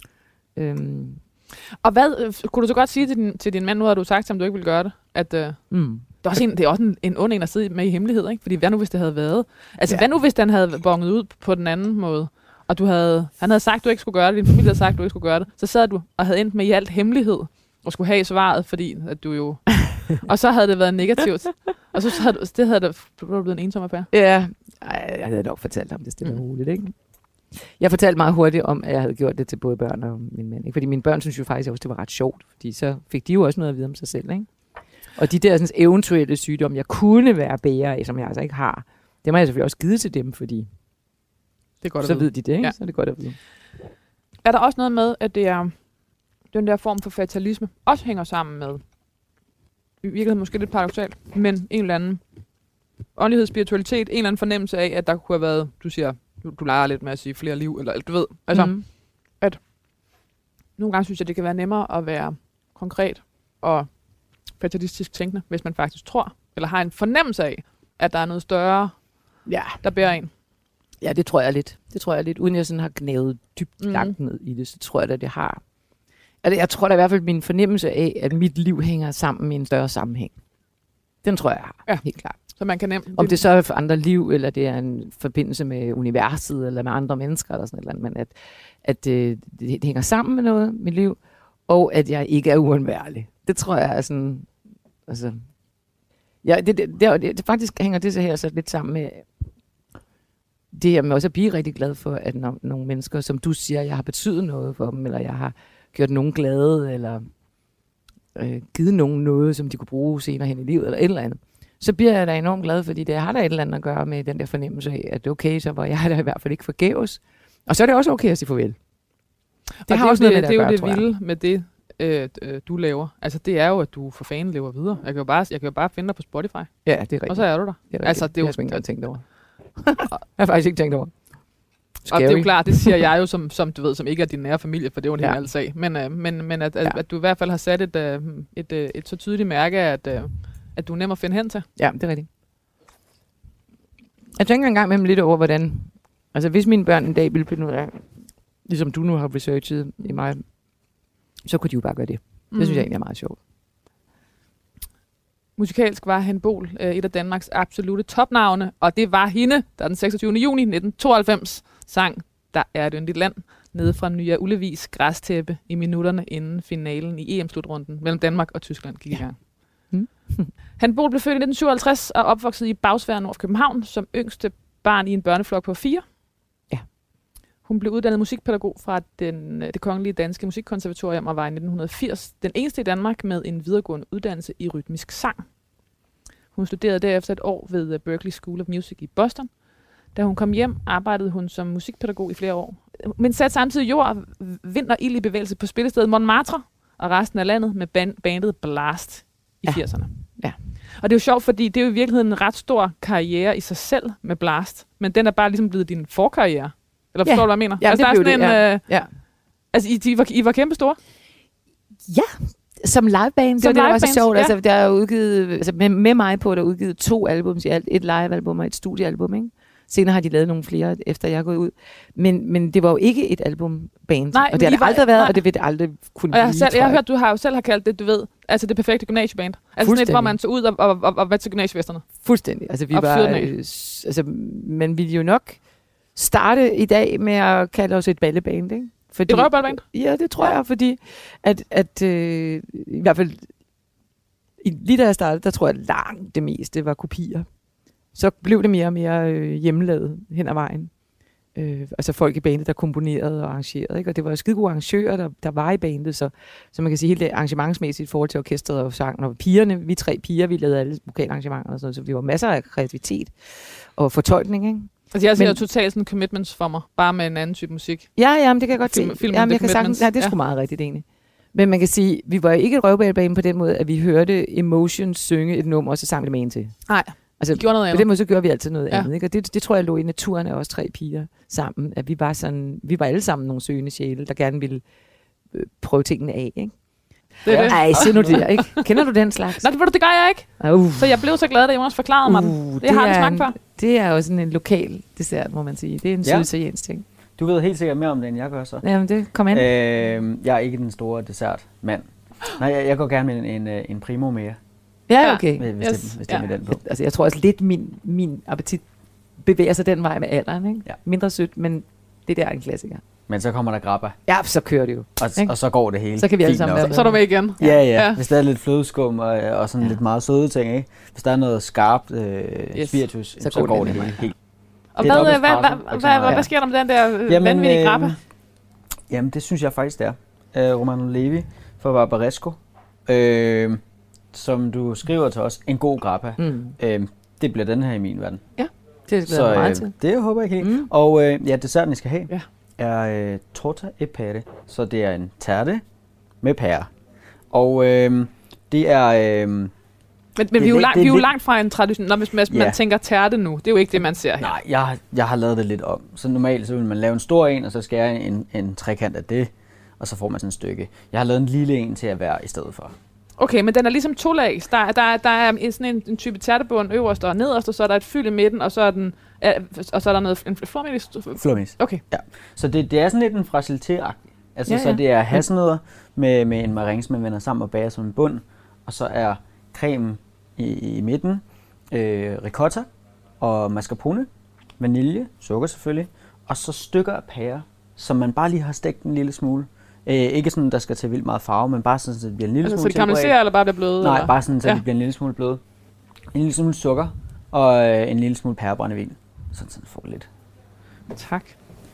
Speaker 2: Og hvad kunne du så godt sige til din mand, nu havde du sagt, at du ikke ville gøre det, at det er også en ond en at sidde med i hemmelighed, ikke? Fordi hvad nu, hvis det havde været? Altså, hvad nu, hvis den havde bonget ud på den anden måde, og han havde sagt, at du ikke skulle gøre det, din familie havde sagt, at du ikke skulle gøre det, så sad du og havde endt med i alt hemmelighed, og skulle have svaret, fordi at du jo... og så havde det været negativt. Og så havde det blevet en ensom affære.
Speaker 3: Ja, jeg havde nok fortalt ham det stille og roligt, ikke? Jeg fortalte meget hurtigt om, at jeg havde gjort det til både børn og min mand. Ikke? Fordi mine børn synes jo faktisk også, det var ret sjovt. Fordi så fik de jo også noget at vide om sig selv, ikke? Og de der sådan, eventuelle sygdomme, jeg kunne være bærer af, som jeg altså ikke har, det har jeg selvfølgelig også givet til dem, fordi
Speaker 2: det er godt
Speaker 3: så ved de det, ikke? Ja. Så er det godt at vide.
Speaker 2: Er der også noget med, at det er den der form for fatalisme også hænger sammen med, i virkeligheden måske lidt paradoksalt, men en eller anden åndelighed, spiritualitet, en eller anden fornemmelse af, at der kunne have været, du siger, du leger lidt med at sige flere liv, eller du ved, altså, at nogle gange synes jeg, det kan være nemmere at være konkret og fatalistisk tænkende, hvis man faktisk tror, eller har en fornemmelse af, at der er noget større, der bærer en.
Speaker 3: Ja, det tror jeg lidt. Uden jeg sådan har gnavet dybt langt ned i det, så tror jeg, at det har. Altså, jeg tror da i hvert fald min fornemmelse af, at mit liv hænger sammen i en større sammenhæng. Den tror jeg har, helt klart.
Speaker 2: Så man kan nemt...
Speaker 3: Om det så er for andre liv, eller det er en forbindelse med universet, eller med andre mennesker, eller sådan et eller andet, men at det hænger sammen med noget, mit liv, og at jeg ikke er uundværlig. Det tror jeg er sådan... Altså, ja, det faktisk hænger det så her så lidt sammen med det her med også at blive rigtig glad for, at når nogle mennesker, som du siger, jeg har betydet noget for dem, eller jeg har gjort nogen glade, eller givet nogen noget, som de kunne bruge senere hen i livet, eller et eller andet, så bliver jeg da enormt glad, fordi det har da et eller andet at gøre med den der fornemmelse af, at okay, så var jeg da i hvert fald ikke forgæves. Og så er det også okay at sige farvel.
Speaker 2: Det har også noget med det, det er jo det vilde med det, du laver. Altså, det er jo, at du for fanden lever videre. Jeg kan jo bare finde dig på Spotify.
Speaker 3: Ja, det er rigtigt.
Speaker 2: Og så er du der.
Speaker 3: Det er altså, det er jo... Jeg har ikke engang tænkt over. Jeg har faktisk ikke tænkt over.
Speaker 2: Scary. Og det er jo klart, det siger jeg jo, som du ved, som ikke er din nære familie, for det er jo en helt anden sag. Men at du i hvert fald har sat et så tydeligt mærke, at du er nem at finde hen til.
Speaker 3: Ja, det er rigtigt. Jeg tænker engang med dem lidt over, hvordan... Altså, hvis mine børn en dag ville finde ud af, ligesom du nu har researchet i mig, så kunne de jo bare gøre det. Det synes jeg egentlig er meget sjovt.
Speaker 2: Musikalsk var Hanne Bol et af Danmarks absolutte topnavne, og det var hende, der den 26. juni 1992 sang Der er et yndigt land, nede fra Nya Ullevis græstæppe i minutterne inden finalen i EM-slutrunden mellem Danmark og Tyskland gik i gang. Hanne Bol blev født i 1957 og opvokset i Bagsværd nord for København som yngste barn i en børneflok på 4.
Speaker 3: Ja.
Speaker 2: Hun blev uddannet musikpædagog fra det Kongelige Danske Musikkonservatorium og var i 1980 den eneste i Danmark med en videregående uddannelse i rytmisk sang. Hun studerede derefter et år ved Berklee School of Music i Boston. Da hun kom hjem, arbejdede hun som musikpædagog i flere år. Men satte samtidig jord, vind og ild i bevægelse på spillestedet Montmartre og resten af landet med bandet Blast i 80'erne.
Speaker 3: Ja.
Speaker 2: Og det er jo sjovt, fordi det er jo i virkeligheden en ret stor karriere i sig selv med Blast, men den er bare ligesom blevet din forkarriere. Eller forstår du, hvad jeg mener?
Speaker 3: Ja, altså, det blev det,
Speaker 2: Altså, I var kæmpe store?
Speaker 3: Ja, som liveband. Det var det, der var så sjovt. Ja. Altså, der er udgivet, altså, med mig på, der er udgivet 2 albums i alt. Et live-album og et studiealbum, ikke? Senere har de lavet nogle flere, efter jeg er gået ud. Men det var jo ikke et albumband. Nej, og det har det aldrig været, og det vil det aldrig kunne blive,
Speaker 2: jeg har hørt, du har jo selv kaldt det, du ved, altså det perfekte gymnasieband. Altså sådan et, hvor man så ud og var til gymnasiefesterne.
Speaker 3: Fuldstændig. Altså vi var, men vi ville jo nok starte i dag med at kalde os et balleband, ikke? Fordi,
Speaker 2: et røvballeband?
Speaker 3: Ja, det tror jeg, fordi at i hvert fald lige da jeg startede, der tror jeg langt det meste var kopier. Så blev det mere og mere hjemmelavet hen ad vejen. Altså folk i bandet, der komponerede og arrangerede. Ikke? Og det var jo skide gode arrangører, der var i bandet. Så man kan sige helt det arrangementsmæssigt i forhold til orkestret og sangen. Og pigerne, vi 3 piger, vi lavede alle vokalarrangementer og sådan noget. Så vi var masser af kreativitet og fortolkning. Ikke?
Speaker 2: Altså jeg ser jo totalt sådan commitments for mig, bare med en anden type musik.
Speaker 3: Ja, men det kan jeg godt se. Jamen, jeg kan sagtens, det er sgu meget rigtigt egentlig. Men man kan sige, vi var ikke et røvballeband på den måde, at vi hørte Emotions synge et nummer, og så sang det med en til.
Speaker 2: Nej.
Speaker 3: Altså,
Speaker 2: gjorde noget andet.
Speaker 3: På den måde, så gjorde vi altid noget andet. Ikke? Og det tror jeg lå i naturen af os 3 piger sammen. At vi var alle sammen nogle søgende sjæle, der gerne ville prøve tingene af. Ikke? Ej, se nu der, ikke? Kender du den slags?
Speaker 2: Nej, det gør jeg ikke. Så jeg blev så glad, da Jonas forklarede mig den. Det har jeg smagt før.
Speaker 3: Det er jo sådan en lokal dessert, må man sige. Det er en syditaliensk ting.
Speaker 4: Du ved helt sikkert mere om det, end jeg gør så.
Speaker 3: Jamen, det kom ind.
Speaker 4: Jeg er ikke den store dessertmand. Nej, jeg går gerne med en primo mere.
Speaker 3: Ja, okay.
Speaker 4: Hvis det er med den på.
Speaker 3: Altså, jeg tror også lidt, min appetit bevæger sig den vej med alderen. Ikke? Ja. Mindre sødt, men det der er en klassiker.
Speaker 4: Men så kommer der grappa.
Speaker 3: Ja, så kører det jo.
Speaker 4: Og så går det hele.
Speaker 3: Så kan vi alle sammen være.
Speaker 2: Så er du med igen.
Speaker 4: Ja. Hvis der er lidt flødeskum og sådan lidt meget søde ting, ikke? Hvis der er noget skarpt spiritus, så går det hele helt.
Speaker 2: Og hvad sker der med den der vanvittige grappa?
Speaker 4: Jamen, det synes jeg faktisk, det er. Romano Levi fra Barbaresco. Som du skriver til os, en god grappa. Det bliver den her i min verden.
Speaker 3: Ja, det glæder jeg meget til.
Speaker 4: Det håber jeg helt. Og desserten, I skal have, er torta e pere. Så det er en tærte med pære. Og det er...
Speaker 2: Men vi er jo langt fra en tradition, hvis man tænker tærte nu. Det er jo ikke det, man ser her.
Speaker 4: Nej, jeg har lavet det lidt om. Så normalt så vil man lave en stor en, og så skære en trekant af det, og så får man sådan et stykke. Jeg har lavet en lille en til at være i stedet for.
Speaker 2: Okay, men den er ligesom tolags. Der er sådan en type tærtebund øverst og nederst, og så er der et fyld i midten, og så er Og så er der noget en flormelis?
Speaker 4: Flormelis.
Speaker 2: Okay.
Speaker 4: Ja. Så det er sådan lidt en fragilité-agtig. Altså, så det er hasselnødder med en meringue, som man vender sammen og bager som en bund. Og så er creme i midten, ricotta og mascarpone, vanilje, sukker selvfølgelig, og så stykker af pære, som man bare lige har stegt en lille smule. Ikke sådan, der skal til vildt meget farve, men bare sådan, så det bliver en lille smule
Speaker 2: så det karamelliserer, eller bare bliver bløde?
Speaker 4: Nej,
Speaker 2: eller?
Speaker 4: bare sådan, så det bliver en lille smule bløde. En lille smule sukker og en lille smule pærebrændevin. Sådan får lidt.
Speaker 2: Tak.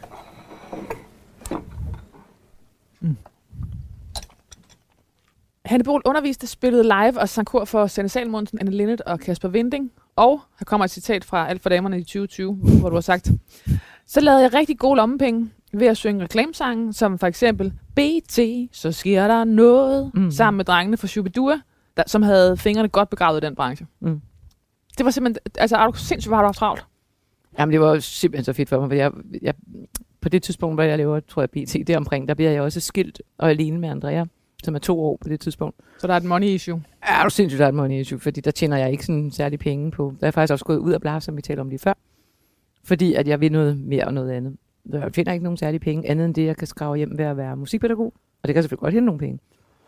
Speaker 2: Hanne Bol underviste, spillede live og sang kor for Sanne Salomonsen, Anne Linnet og Kasper Winding. Og her kommer et citat fra Alt for damerne i 2020, hvor du har sagt: så lavede jeg rigtig gode lommepenge ved at synge reklamesange, som for eksempel BT, så sker der noget, sammen med drengene fra Shubidua, som havde fingrene godt begravet i den branche. Det var simpelthen, altså er du sindssygt, hvor har du haft travlt?
Speaker 3: Jamen det var simpelthen så fedt for mig, for jeg på det tidspunkt, hvor jeg laver, tror jeg, BT deromkring, der bliver jeg også skilt og alene med Andrea, som er 2 år på det tidspunkt.
Speaker 2: Så der er et money issue?
Speaker 3: Ja, du sindssygt, der er et money issue, fordi der tjener jeg ikke sådan særlig penge på. Der er faktisk også gået ud af blaf, som vi talte om lige før, fordi at jeg vil noget mere og noget andet. Jeg finder ikke nogen særlige penge, andet end det, jeg kan skrave hjem ved at være musikpædagog, og det kan selvfølgelig godt hente nogle penge.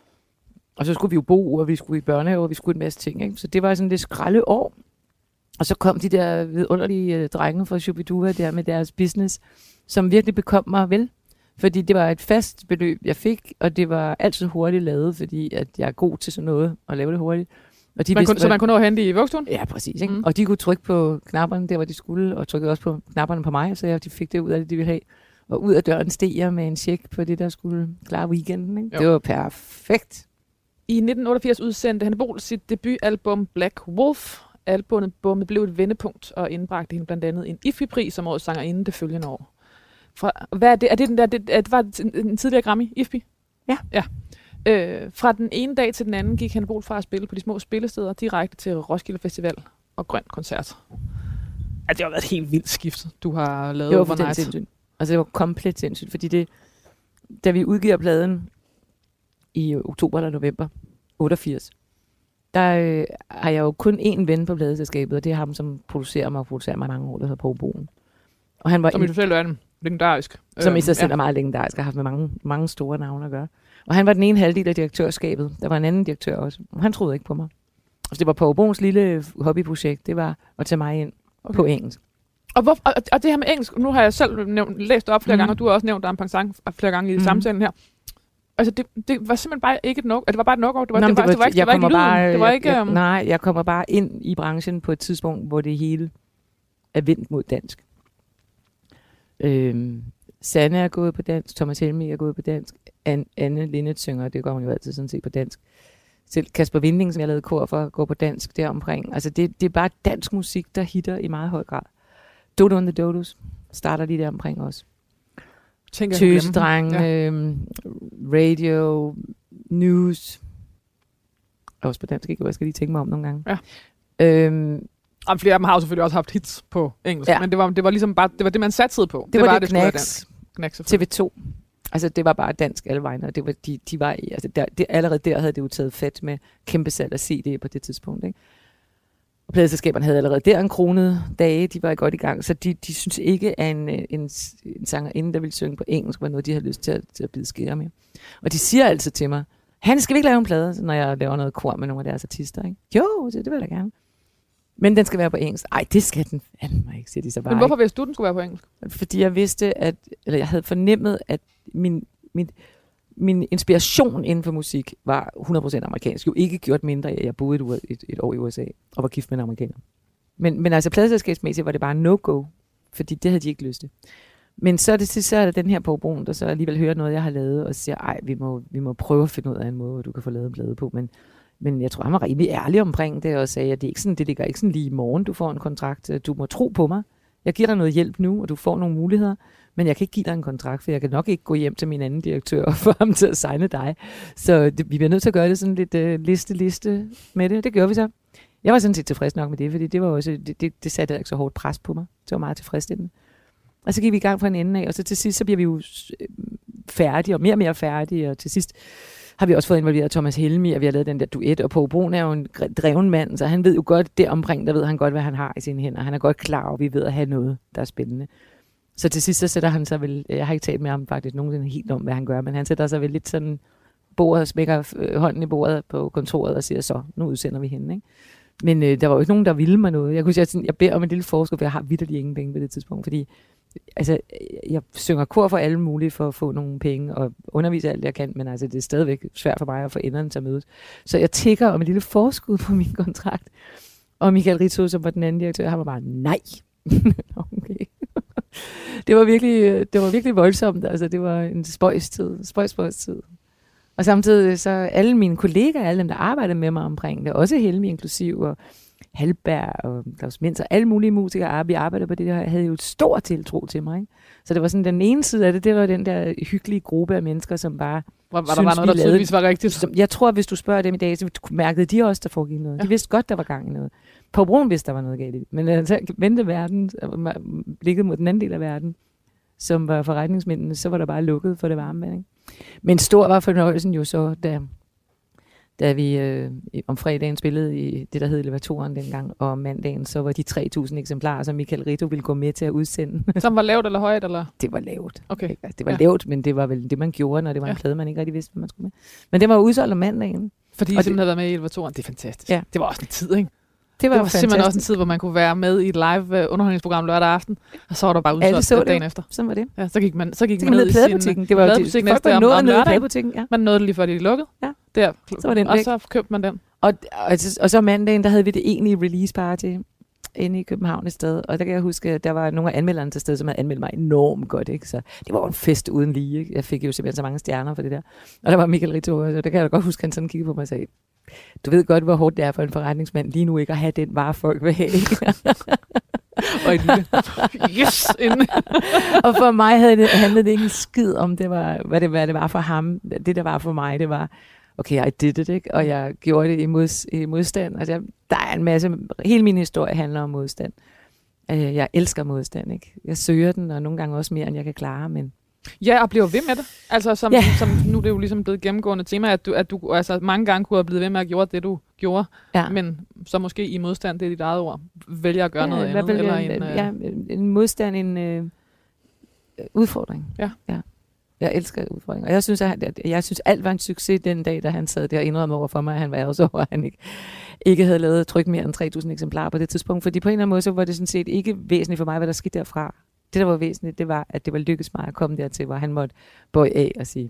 Speaker 3: Og så skulle vi jo bo, og vi skulle i børnehave, og vi skulle en masse ting, ikke? Så det var sådan det skralde år. Og så kom de der vidunderlige drenge fra Shubidua der med deres business, som virkelig bekom mig vel. Fordi det var et fast beløb, jeg fik, og det var altid hurtigt lavet, fordi at jeg er god til sådan noget, og lave det hurtigt. Og de
Speaker 2: så man kunne nå at hente i vuggestuen?
Speaker 3: Ja, præcis. Ikke? Og de kunne trykke på knapperne der, hvor de skulle, og trykkede også på knapperne på mig, så de fik det ud af det, de ville have. Og ud af døren steg jeg med en check på det, der skulle klare weekenden. Ikke? Det var perfekt.
Speaker 2: I 1988 udsendte Hanne Bol sit debutalbum Black Wolf. Albummet blev et vendepunkt og indbragte hende blandt andet en IFPI-pris som årets sangerinde det følgende år. Hvad er det? Er det den der? Det var en tidligere Grammy, IFPI?
Speaker 3: Ja.
Speaker 2: Fra den ene dag til den anden gik Hanne Bol fra at spille på de små spillesteder direkte til Roskilde Festival og Grøn Koncert. Det har været et helt vildt skift, du har lavet overnight.
Speaker 3: Det var sindssygt. Altså det var komplet sindssygt, fordi da vi udgiver pladen i oktober eller november 88, der har jeg jo kun én ven på pladeselskabet, og det er ham, som producerer mig mange år, der hedder Poul Boen. Og han var
Speaker 2: som i du selv er legendarisk.
Speaker 3: Som i sig selv er meget legendarisk, og har haft med mange store navne at gøre. Og han var den ene halvdel af direktørskabet. Der var en anden direktør også. Han troede ikke på mig. Altså, det var Poul Boens lille hobbyprojekt, det var at tage mig ind på engelsk.
Speaker 2: Og det her med engelsk, nu har jeg selv læst op flere gange, og du har også nævnt en pensant flere gange i samtalen her. Altså, det var simpelthen bare ikke et nok. Det var bare et nok. Det var ikke lyden.
Speaker 3: Nej, jeg kommer bare ind i branchen på et tidspunkt, hvor det hele er vendt mod dansk. Sanne er gået på dansk, Thomas Helmig er gået på dansk, Anne Linnet synger, det går hun jo altid sådan set på dansk. Selv Kasper Winding, som jeg lavede kor for, går på dansk deromkring. Altså det er bare dansk musik, der hitter i meget høj grad. Dodo and the Dodos starter lige deromkring også. Tøsedreng, radio, news. Også på dansk, ikke? Jeg skal lige tænke mig om nogle gange.
Speaker 2: Ja. Og flere af dem har jo selvfølgelig også haft hits på engelsk, men det var ligesom bare, det var det, man satsede på.
Speaker 3: Det var det Knacks, TV2. Altså, det var bare dansk alle vegne, og det var, de var i, altså, allerede der havde det jo taget fat med kæmpe salg af CD på det tidspunkt, ikke? Og pladeselskaberne havde allerede der en kronet dage, de var godt i gang, så de synes ikke, at en sangerinde, der ville synge på engelsk, var noget, de havde lyst til at bide skære med. Og de siger altid til mig, han skal vi ikke lave en plade, når jeg laver noget kor med nogle af deres artister, ikke? Jo, det vil jeg gerne. Men den skal være på engelsk. Ej, det skal den fandme ikke, siger de så bare.
Speaker 2: Men hvorfor vidste du, den skulle være på engelsk?
Speaker 3: Fordi jeg vidste, eller jeg havde fornemmet, at min inspiration inden for musik var 100% amerikansk. Jo ikke gjort mindre, jeg boede et år i USA og var gift med en amerikaner. Men altså pladeselskabsmæssigt var det bare no-go, fordi det havde de ikke lyst til. Men så er det den her Poul Boen, der så alligevel hører noget, jeg har lavet, og siger, ej, vi må prøve at finde ud af en måde, hvor du kan få lavet en plade på. Men jeg tror, han var rimelig ærlig omkring det, og sagde, at det ligger ikke sådan lige i morgen, du får en kontrakt. Du må tro på mig. Jeg giver dig noget hjælp nu, og du får nogle muligheder, men jeg kan ikke give dig en kontrakt, for jeg kan nok ikke gå hjem til min anden direktør og få ham til at signe dig. Så vi bliver nødt til at gøre det sådan lidt liste med det. Det gjorde vi så. Jeg var sådan set tilfreds nok med det, fordi det var også, det satte ikke så hårdt pres på mig. Det var meget tilfredsstillende. Og så gik vi i gang fra en ende af, og så til sidst, så bliver vi jo færdige, og mere færdige, og til sidst har vi også fået involveret Thomas Helmig, og vi har lavet den der duet, og Poul Brun er jo en dreven mand, så han ved jo godt deromkring, der ved han godt, hvad han har i sine hænder. Han er godt klar over, at vi ved at have noget, der er spændende. Så til sidst, så sætter han sig vel, jeg har ikke talt med ham faktisk nogensinde helt om, hvad han gør, men han sætter sig vel lidt sådan bordet og smækker hånden i bordet på kontoret og siger, så nu udsender vi hende, ikke? Men der var jo ikke nogen, der ville mig noget. Jeg kunne sige, at jeg beder om en lille forskel, for jeg har vitterlig ingen penge på det tidspunkt, fordi altså, jeg synger kor for alle mulige for at få nogle penge og undervise alt, jeg kan, men altså, det er stadigvæk svært for mig at få enderne til at mødes. Så jeg tigger om en lille forskud på min kontrakt. Og Michael Ritzo, som var den anden direktør, han var bare, nej. Okay. Det var virkelig voldsomt. Altså, det var en spøjstid. Og samtidig så alle mine kollegaer, alle dem, der arbejdede med mig omkring det, også Helmi inklusiv, og Halberg og Claus Mintz og alle mulige musikere, vi arbejdede på det der, havde jo et stor tiltro til mig. Ikke? Så det var sådan den ene side af det, det var den der hyggelige gruppe af mennesker, som bare
Speaker 2: var der bare noget, der tydeligvis var rigtigt?
Speaker 3: Jeg tror, at hvis du spørger dem i dag, så mærkede de også, der foregik noget. Ja. De vidste godt, der var gang i noget. På Broen vidste, der var noget galt i det. Men altså, vendte verden, blikket mod den anden del af verden, som var forretningsmændene, så var der bare lukket for det varme vand. Ikke? Men stor var fornøjelsen jo så, da vi om fredagen spillede i det, der hed Elevatoren dengang, og om mandagen, så var de 3.000 eksemplarer, som Michael Ritzo ville gå med til at udsende.
Speaker 2: Som var lavt eller højt? Eller?
Speaker 3: Det var lavt.
Speaker 2: Okay.
Speaker 3: Altså, det var lavt, men det var vel det, man gjorde, når det var en plade, man ikke rigtig vidste, hvad man skulle med. Men det var udsolgt om mandagen.
Speaker 2: Fordi og det havde været med i Elevatoren, det er fantastisk. Ja. Det var også en tid, ikke?
Speaker 3: Det var
Speaker 2: simpelthen også en tid, hvor man kunne være med i et live underholdningsprogram lørdag aften, og så var der bare udsolgt dagen efter.
Speaker 3: Sådan var det.
Speaker 2: Ja, så gik man ned i sin
Speaker 3: det var
Speaker 2: pladebutikken næste om lørdagen.
Speaker 3: Ja.
Speaker 2: Man nåede det lige før de lukkede.
Speaker 3: Ja.
Speaker 2: Der.
Speaker 3: Så var den
Speaker 2: og så købte man den.
Speaker 3: Og så mandagen, der havde vi det egentlige release party inde i København et sted, og der kan jeg huske, at der var nogle af anmelderne til stede, som havde anmeldt mig enormt godt, ikke? Så det var jo en fest uden lige, ikke? Jeg fik jo simpelthen så mange stjerner for det der. Og der var Michael Ritzo, og der kan jeg da godt huske, at han sådan kiggede på mig og sagde, du ved godt, hvor hårdt det er for en forretningsmand lige nu ikke at have den vare, folk vil have.
Speaker 2: Og en lille yes inde.
Speaker 3: Og for mig handlede det ikke en skid om, hvad det var for ham. Det, der var for mig, det var, okay, I did it, ikke? Og jeg gjorde det i modstand. Altså, der er en masse, hele min historie handler om modstand. Jeg elsker modstand, ikke? Jeg søger den, og nogle gange også mere, end jeg kan klare, men
Speaker 2: ja, og bliver ved med det. Altså, som nu er det jo ligesom blevet gennemgående tema, at du altså, mange gange kunne have blevet ved med at gøre det, du gjorde, men så måske i modstand, det er dit eget ord, vælger at gøre noget andet. Eller
Speaker 3: en modstand, en udfordring.
Speaker 2: Ja.
Speaker 3: Jeg elsker udfordringer. Og jeg synes, alt var en succes den dag, da han sad der og indrømmede over for mig, at han var også over, at han ikke havde lavet tryk mere end 3.000 eksemplarer på det tidspunkt. Fordi på en eller anden måde, så var det sådan set ikke væsentligt for mig, hvad der skete derfra. Det, der var væsentligt, det var, at det var lykkedes mig at komme dertil, hvor han måtte bøje af og sige,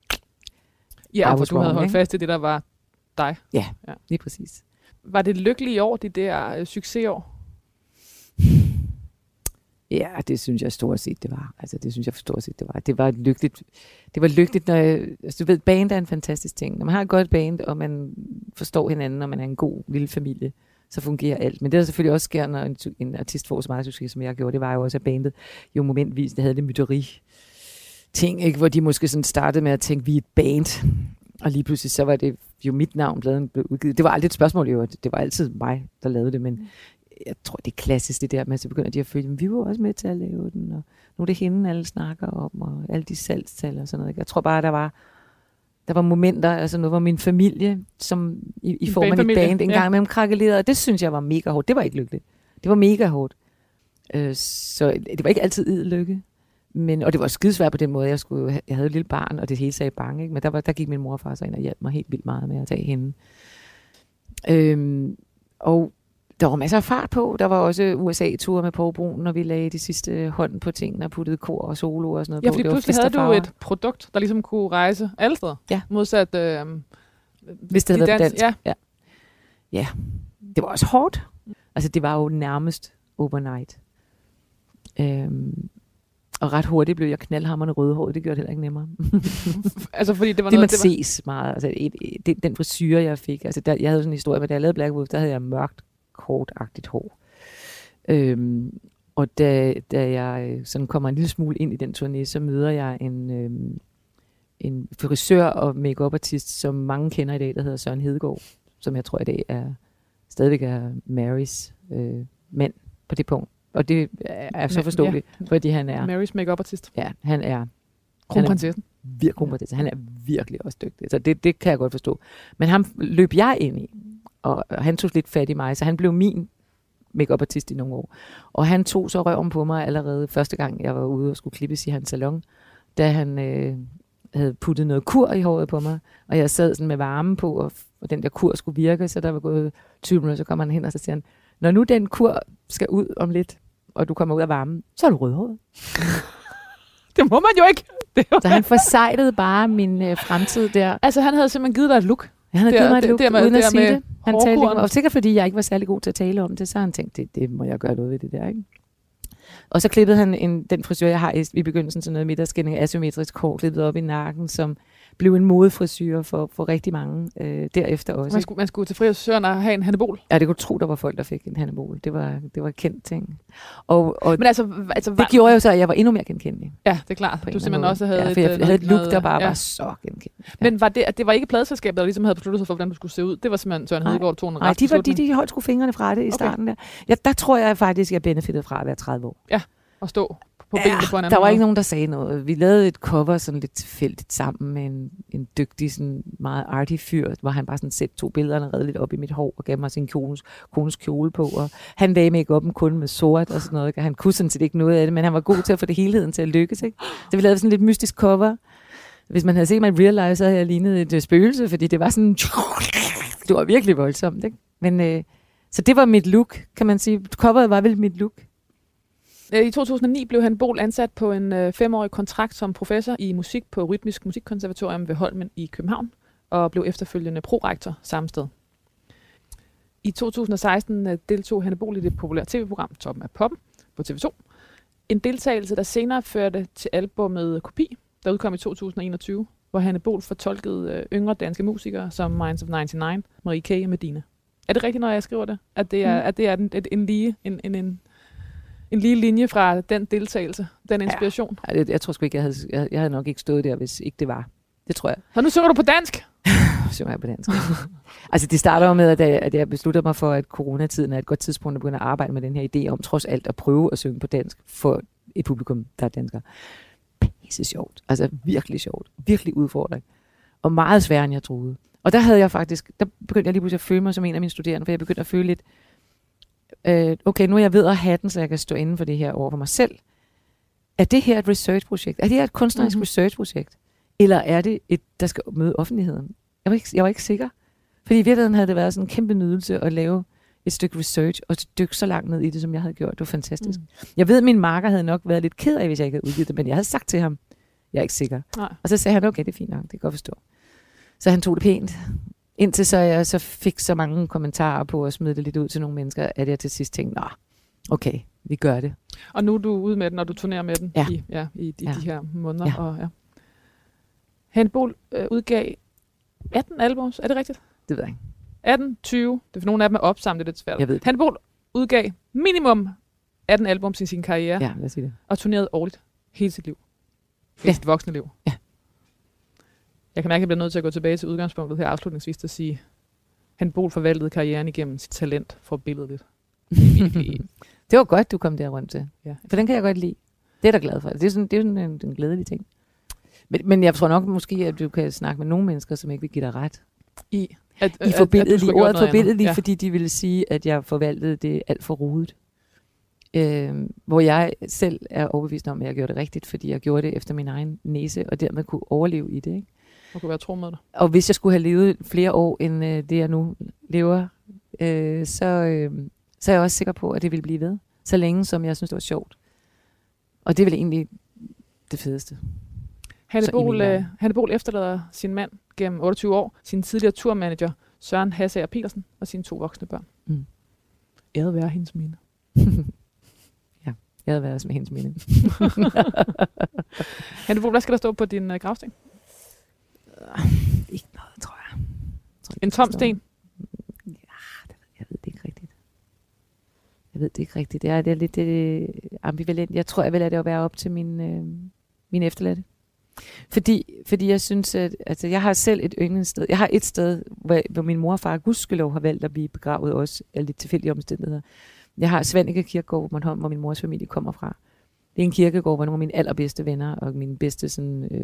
Speaker 2: ja, for du havde holdt fast i det, der var dig.
Speaker 3: Ja, lige præcis.
Speaker 2: Var det lykkelige år, de der succesår?
Speaker 3: Ja, det synes jeg stort set, det var. Altså, det synes jeg stort set, det var. Det var lykkeligt, når altså, du ved, band er en fantastisk ting. Når man har et godt band, og man forstår hinanden, og man er en god lille familie, så fungerer alt. Men det der selvfølgelig også sker, når en artist får så meget succes, som jeg gjorde, det var jo også, at bandet jo momentvis, det havde det mytteri-ting, ikke? Hvor de måske sådan startede med at tænke, vi er et band, og lige pludselig så var det jo mit navn, pladen blev udgivet. Det var aldrig et spørgsmål, jo. Det var altid mig, der lavede det, men jeg tror, det er klassisk det der med, at så begynder de at føle, at vi var også med til at lave den, og nu er det hende, alle snakker om, og alle de salgstal og sådan noget. Ikke? Jeg tror bare, der var momenter, altså noget var min familie, som i form af et band en gang imellem krakkelerede, og det synes jeg var mega hårdt. Det var ikke lykkeligt. Det var mega hårdt. Så det var ikke altid idelykke. Og det var skidesvært på den måde. Jeg havde et lille barn, og det hele sagde bange. Ikke? Men der gik min mor og far så ind og hjalp mig helt vildt meget med at tage hende. Og der var masser af fart på. Der var også USA-ture med Poul Brun, når vi lagde de sidste hånd på tingene og puttede kor og solo og sådan noget.
Speaker 2: Ja, fordi pludselig havde du et produkt, der ligesom kunne rejse alle steder.
Speaker 3: Ja.
Speaker 2: Modsat
Speaker 3: hvis det havde været dansk.
Speaker 2: Ja.
Speaker 3: Det var også hårdt. Altså, det var jo nærmest overnight. Og ret hurtigt blev jeg knaldhamrende rødhåret. Det gjorde det heller ikke nemmere.
Speaker 2: Altså, fordi det var
Speaker 3: det
Speaker 2: noget,
Speaker 3: man ses meget. Altså, den frisyre, jeg fik. Altså, jeg havde sådan en historie med, da jeg lavede Black Wolf, der havde jeg mørkt, kortagtigt hår. Og da jeg sådan kommer en lille smule ind i den turné, så møder jeg en frisør og make-up-artist, som mange kender i dag, der hedder Søren Hedegaard, som jeg tror i dag stadigvæk er Marys mand på det punkt. Og det er så forståeligt, fordi han er
Speaker 2: Marys make-up-artist.
Speaker 3: Ja, han er
Speaker 2: Kronprinsessen.
Speaker 3: Han er virkelig også dygtig. Så det kan jeg godt forstå. Men ham løb jeg ind i, og han tog lidt fat i mig, så han blev min make-up-artist i nogle år. Og han tog så røven på mig allerede første gang, jeg var ude og skulle klippes i hans salon, da han havde puttet noget kur i håret på mig, og jeg sad sådan med varme på, og den der kur skulle virke, så der var gået 20 minutter, så kommer han hen, og så siger han, når nu den kur skal ud om lidt, og du kommer ud af varmen, så er du rødhåret.
Speaker 2: Det må man jo ikke.
Speaker 3: Så han forsejlede bare min fremtid der.
Speaker 2: Altså han havde simpelthen givet dig et look.
Speaker 3: Ja, han havde givet mig et look, uden at sige det. Han talte ikke, og sikkert fordi jeg ikke var særlig god til at tale om det, så han tænkte, det må jeg gøre noget ved det der, ikke? Og så klippede han den frisør, jeg har i begyndelsen, sådan noget midterskænding, asymmetrisk hår, klippet op i nakken, som blev en modefrisyr for rigtig mange derefter også.
Speaker 2: Man skulle til frisøren og have en Hanne Bol.
Speaker 3: Ja, det kunne tro, der var folk, der fik en Hanne Bol. Det var et kendt ting. Og
Speaker 2: men altså,
Speaker 3: det gjorde jo så, at jeg var endnu mere genkendelig.
Speaker 2: Ja, det er klart. Du simpelthen også havde
Speaker 3: jeg havde et look, der bare var så genkendeligt. Ja.
Speaker 2: Men det var ikke pladeselskabet, der ligesom havde besluttet sig for, hvordan du skulle se ud? Det var simpelthen Søren Hedegaard, tog en
Speaker 3: Nej, de holdt sgu fingrene fra det i starten der. Ja, der tror jeg faktisk, jeg benefittede fra at være 30 år.
Speaker 2: Ja, og stå på benene på en anden
Speaker 3: der var
Speaker 2: måde.
Speaker 3: ikke nogen, der sagde noget. Vi lavede et cover sådan lidt tilfældigt sammen med en dygtig, sådan meget arty fyr, hvor han bare sådan sætte 2 billeder og redde lidt op i mit hår og gav mig sin kones kjole på. Og han lagde make-up'en kun med sort og sådan noget. Han kunne sådan set ikke noget af det, men han var god til at få det helheden til at lykkes. Ikke? Så vi lavede sådan lidt mystisk cover. Hvis man havde set mig i real life, så havde jeg lignet et spøgelse, fordi det var sådan... Det var virkelig voldsomt. Ikke? Men, så det var mit look, kan man sige. Coveret var vel mit look.
Speaker 2: I 2009 blev Hanne Bol ansat på en 5-årig kontrakt som professor i musik på Rytmisk Musikkonservatorium ved Holmen i København, og blev efterfølgende prorektor samme sted. I 2016 deltog Hanne Bol i det populære tv-program Toppen af Poppen på TV2. En deltagelse, der senere førte til albummet Kopi, der udkom i 2021, hvor Hanne Bol fortolkede yngre danske musikere som Minds of 99, Marie K. og Medina. Er det rigtigt, når jeg skriver det? At det er en lige linje fra den deltagelse, den inspiration?
Speaker 3: Ja, jeg tror sgu ikke, jeg havde nok ikke stået der, hvis ikke det var. Det tror jeg.
Speaker 2: Så nu synger du på dansk?
Speaker 3: Synger jeg på dansk. Altså det starter jo med, at jeg beslutter mig for, at coronatiden er et godt tidspunkt at begynde at arbejde med den her idé om trods alt at prøve at synge på dansk for et publikum, der er danskere. Pisse sjovt. Altså virkelig sjovt. Virkelig udfordring. Og meget sværere, end jeg troede. Og der begyndte jeg lige pludselig at føle mig som en af mine studerende, for jeg begyndte at føle lidt, okay, nu er jeg ved at have den, så jeg kan stå inden for det her over for mig selv. Er det her et researchprojekt? Er det her et kunstnerisk researchprojekt? Eller er det et, der skal møde offentligheden? Jeg var ikke sikker. Fordi i virkeligheden havde det været sådan en kæmpe nydelse at lave et stykke research, og dykke så langt ned i det, som jeg havde gjort. Det var fantastisk. Jeg ved, at min marker havde nok været lidt ked af, hvis jeg ikke havde udgivet det, men jeg havde sagt til ham, jeg er ikke sikker. Nej. Og så sagde han, okay, det er fint nok, det kan jeg godt forstå. Så han tog det pænt. Indtil så jeg så fik så mange kommentarer på og smed det lidt ud til nogle mennesker, at jeg til sidst tænkte, okay, vi gør det.
Speaker 2: Og nu er du ude med den, og du turnerer med den i de her måneder.
Speaker 3: Ja.
Speaker 2: Og, Hanne Bol udgav 18 albums, er det rigtigt?
Speaker 3: Det ved jeg ikke.
Speaker 2: 18, 20, det er for nogle af dem er opsamlet, det er svært.
Speaker 3: Jeg ved det.
Speaker 2: Hanne Bol udgav minimum 18 albums i sin karriere.
Speaker 3: Ja, lad os sige det.
Speaker 2: Og turnerede årligt hele sit liv. Hele sit voksne liv.
Speaker 3: Ja.
Speaker 2: Jeg kan mærke, at jeg bliver nødt til at gå tilbage til udgangspunktet her afslutningsvis til at sige, Hanne Bol forvaltede karrieren igennem sit talent for billedet.
Speaker 3: Det var godt, du kom der rundt til.
Speaker 2: Ja.
Speaker 3: For den kan jeg godt lide. Det er jeg da glad for. Det er sådan en glædelig ting. Men jeg tror nok måske, at du kan snakke med nogle mennesker, som ikke vil give dig ret. I forbilledelige. Ordet forbilledelige, fordi de ville sige, at jeg forvaltede det alt for rodet. Hvor jeg selv er overbevist om, at jeg gjorde det rigtigt, fordi jeg gjorde det efter min egen næse, og dermed kunne overleve i det. Ikke?
Speaker 2: Og kunne være tro med dig.
Speaker 3: Og hvis jeg skulle have levet flere år, end det jeg nu lever, så er jeg også sikker på, at det ville blive ved. Så længe, som jeg synes, det var sjovt. Og det er vel egentlig det fedeste.
Speaker 2: Hanne Bol efterlader sin mand gennem 28 år, sin tidligere turmanager Søren Hassager Petersen og sine 2 voksne børn. Æret være hendes minde.
Speaker 3: Ja, æret være med hendes minde.
Speaker 2: Hanne Bol, hvad skal der stå på din gravsten?
Speaker 3: Ikke noget, tror jeg.
Speaker 2: En tom sten?
Speaker 3: Ja, jeg ved det ikke rigtigt. Det er lidt ambivalent. Jeg tror, jeg vil lade det at være op til min efterladte. Fordi jeg synes, at altså, jeg har selv et yndlingssted. Jeg har et sted, hvor min mor og far gudskelov har valgt at blive begravet også af lidt tilfældige omstændigheder. Jeg har Svanike Kirkegård på Bornholm, hvor min mors familie kommer fra. Det er en kirkegård, hvor nogle af mine allerbedste venner, og mine bedste sådan,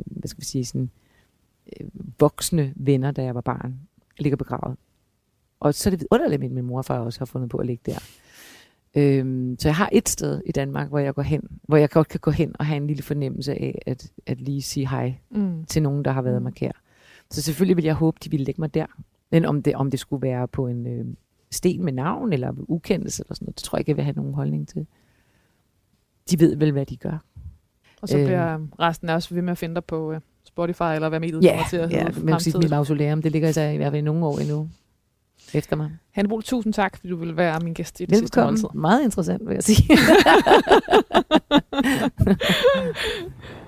Speaker 3: voksne venner, da jeg var barn, ligger begravet. Og så er det vidunderligt, at min mor og far også har fundet på at ligge der. Så jeg har et sted i Danmark, hvor jeg går hen, hvor jeg godt kan gå hen og have en lille fornemmelse af, at lige sige hej til nogen, der har været mig kær. Så selvfølgelig vil jeg håbe, de ville lægge mig der. Men om det skulle være på en sten med navn, eller ukendelse, eller sådan noget, det tror jeg ikke, jeg vil have nogen holdning til. De ved vel, hvad de gør.
Speaker 2: Og så bliver resten af os ved med at finde dig på Spotify, eller hvad mediet kommer til at hedde fremtidigt.
Speaker 3: Men sige, mit mausoleum, det ligger altså i hvert fald nogle år endnu efter mig.
Speaker 2: Hanne Boel, tusind tak, fordi du vil være min gæst i det sidste måltid.
Speaker 3: Meget interessant, vil jeg sige.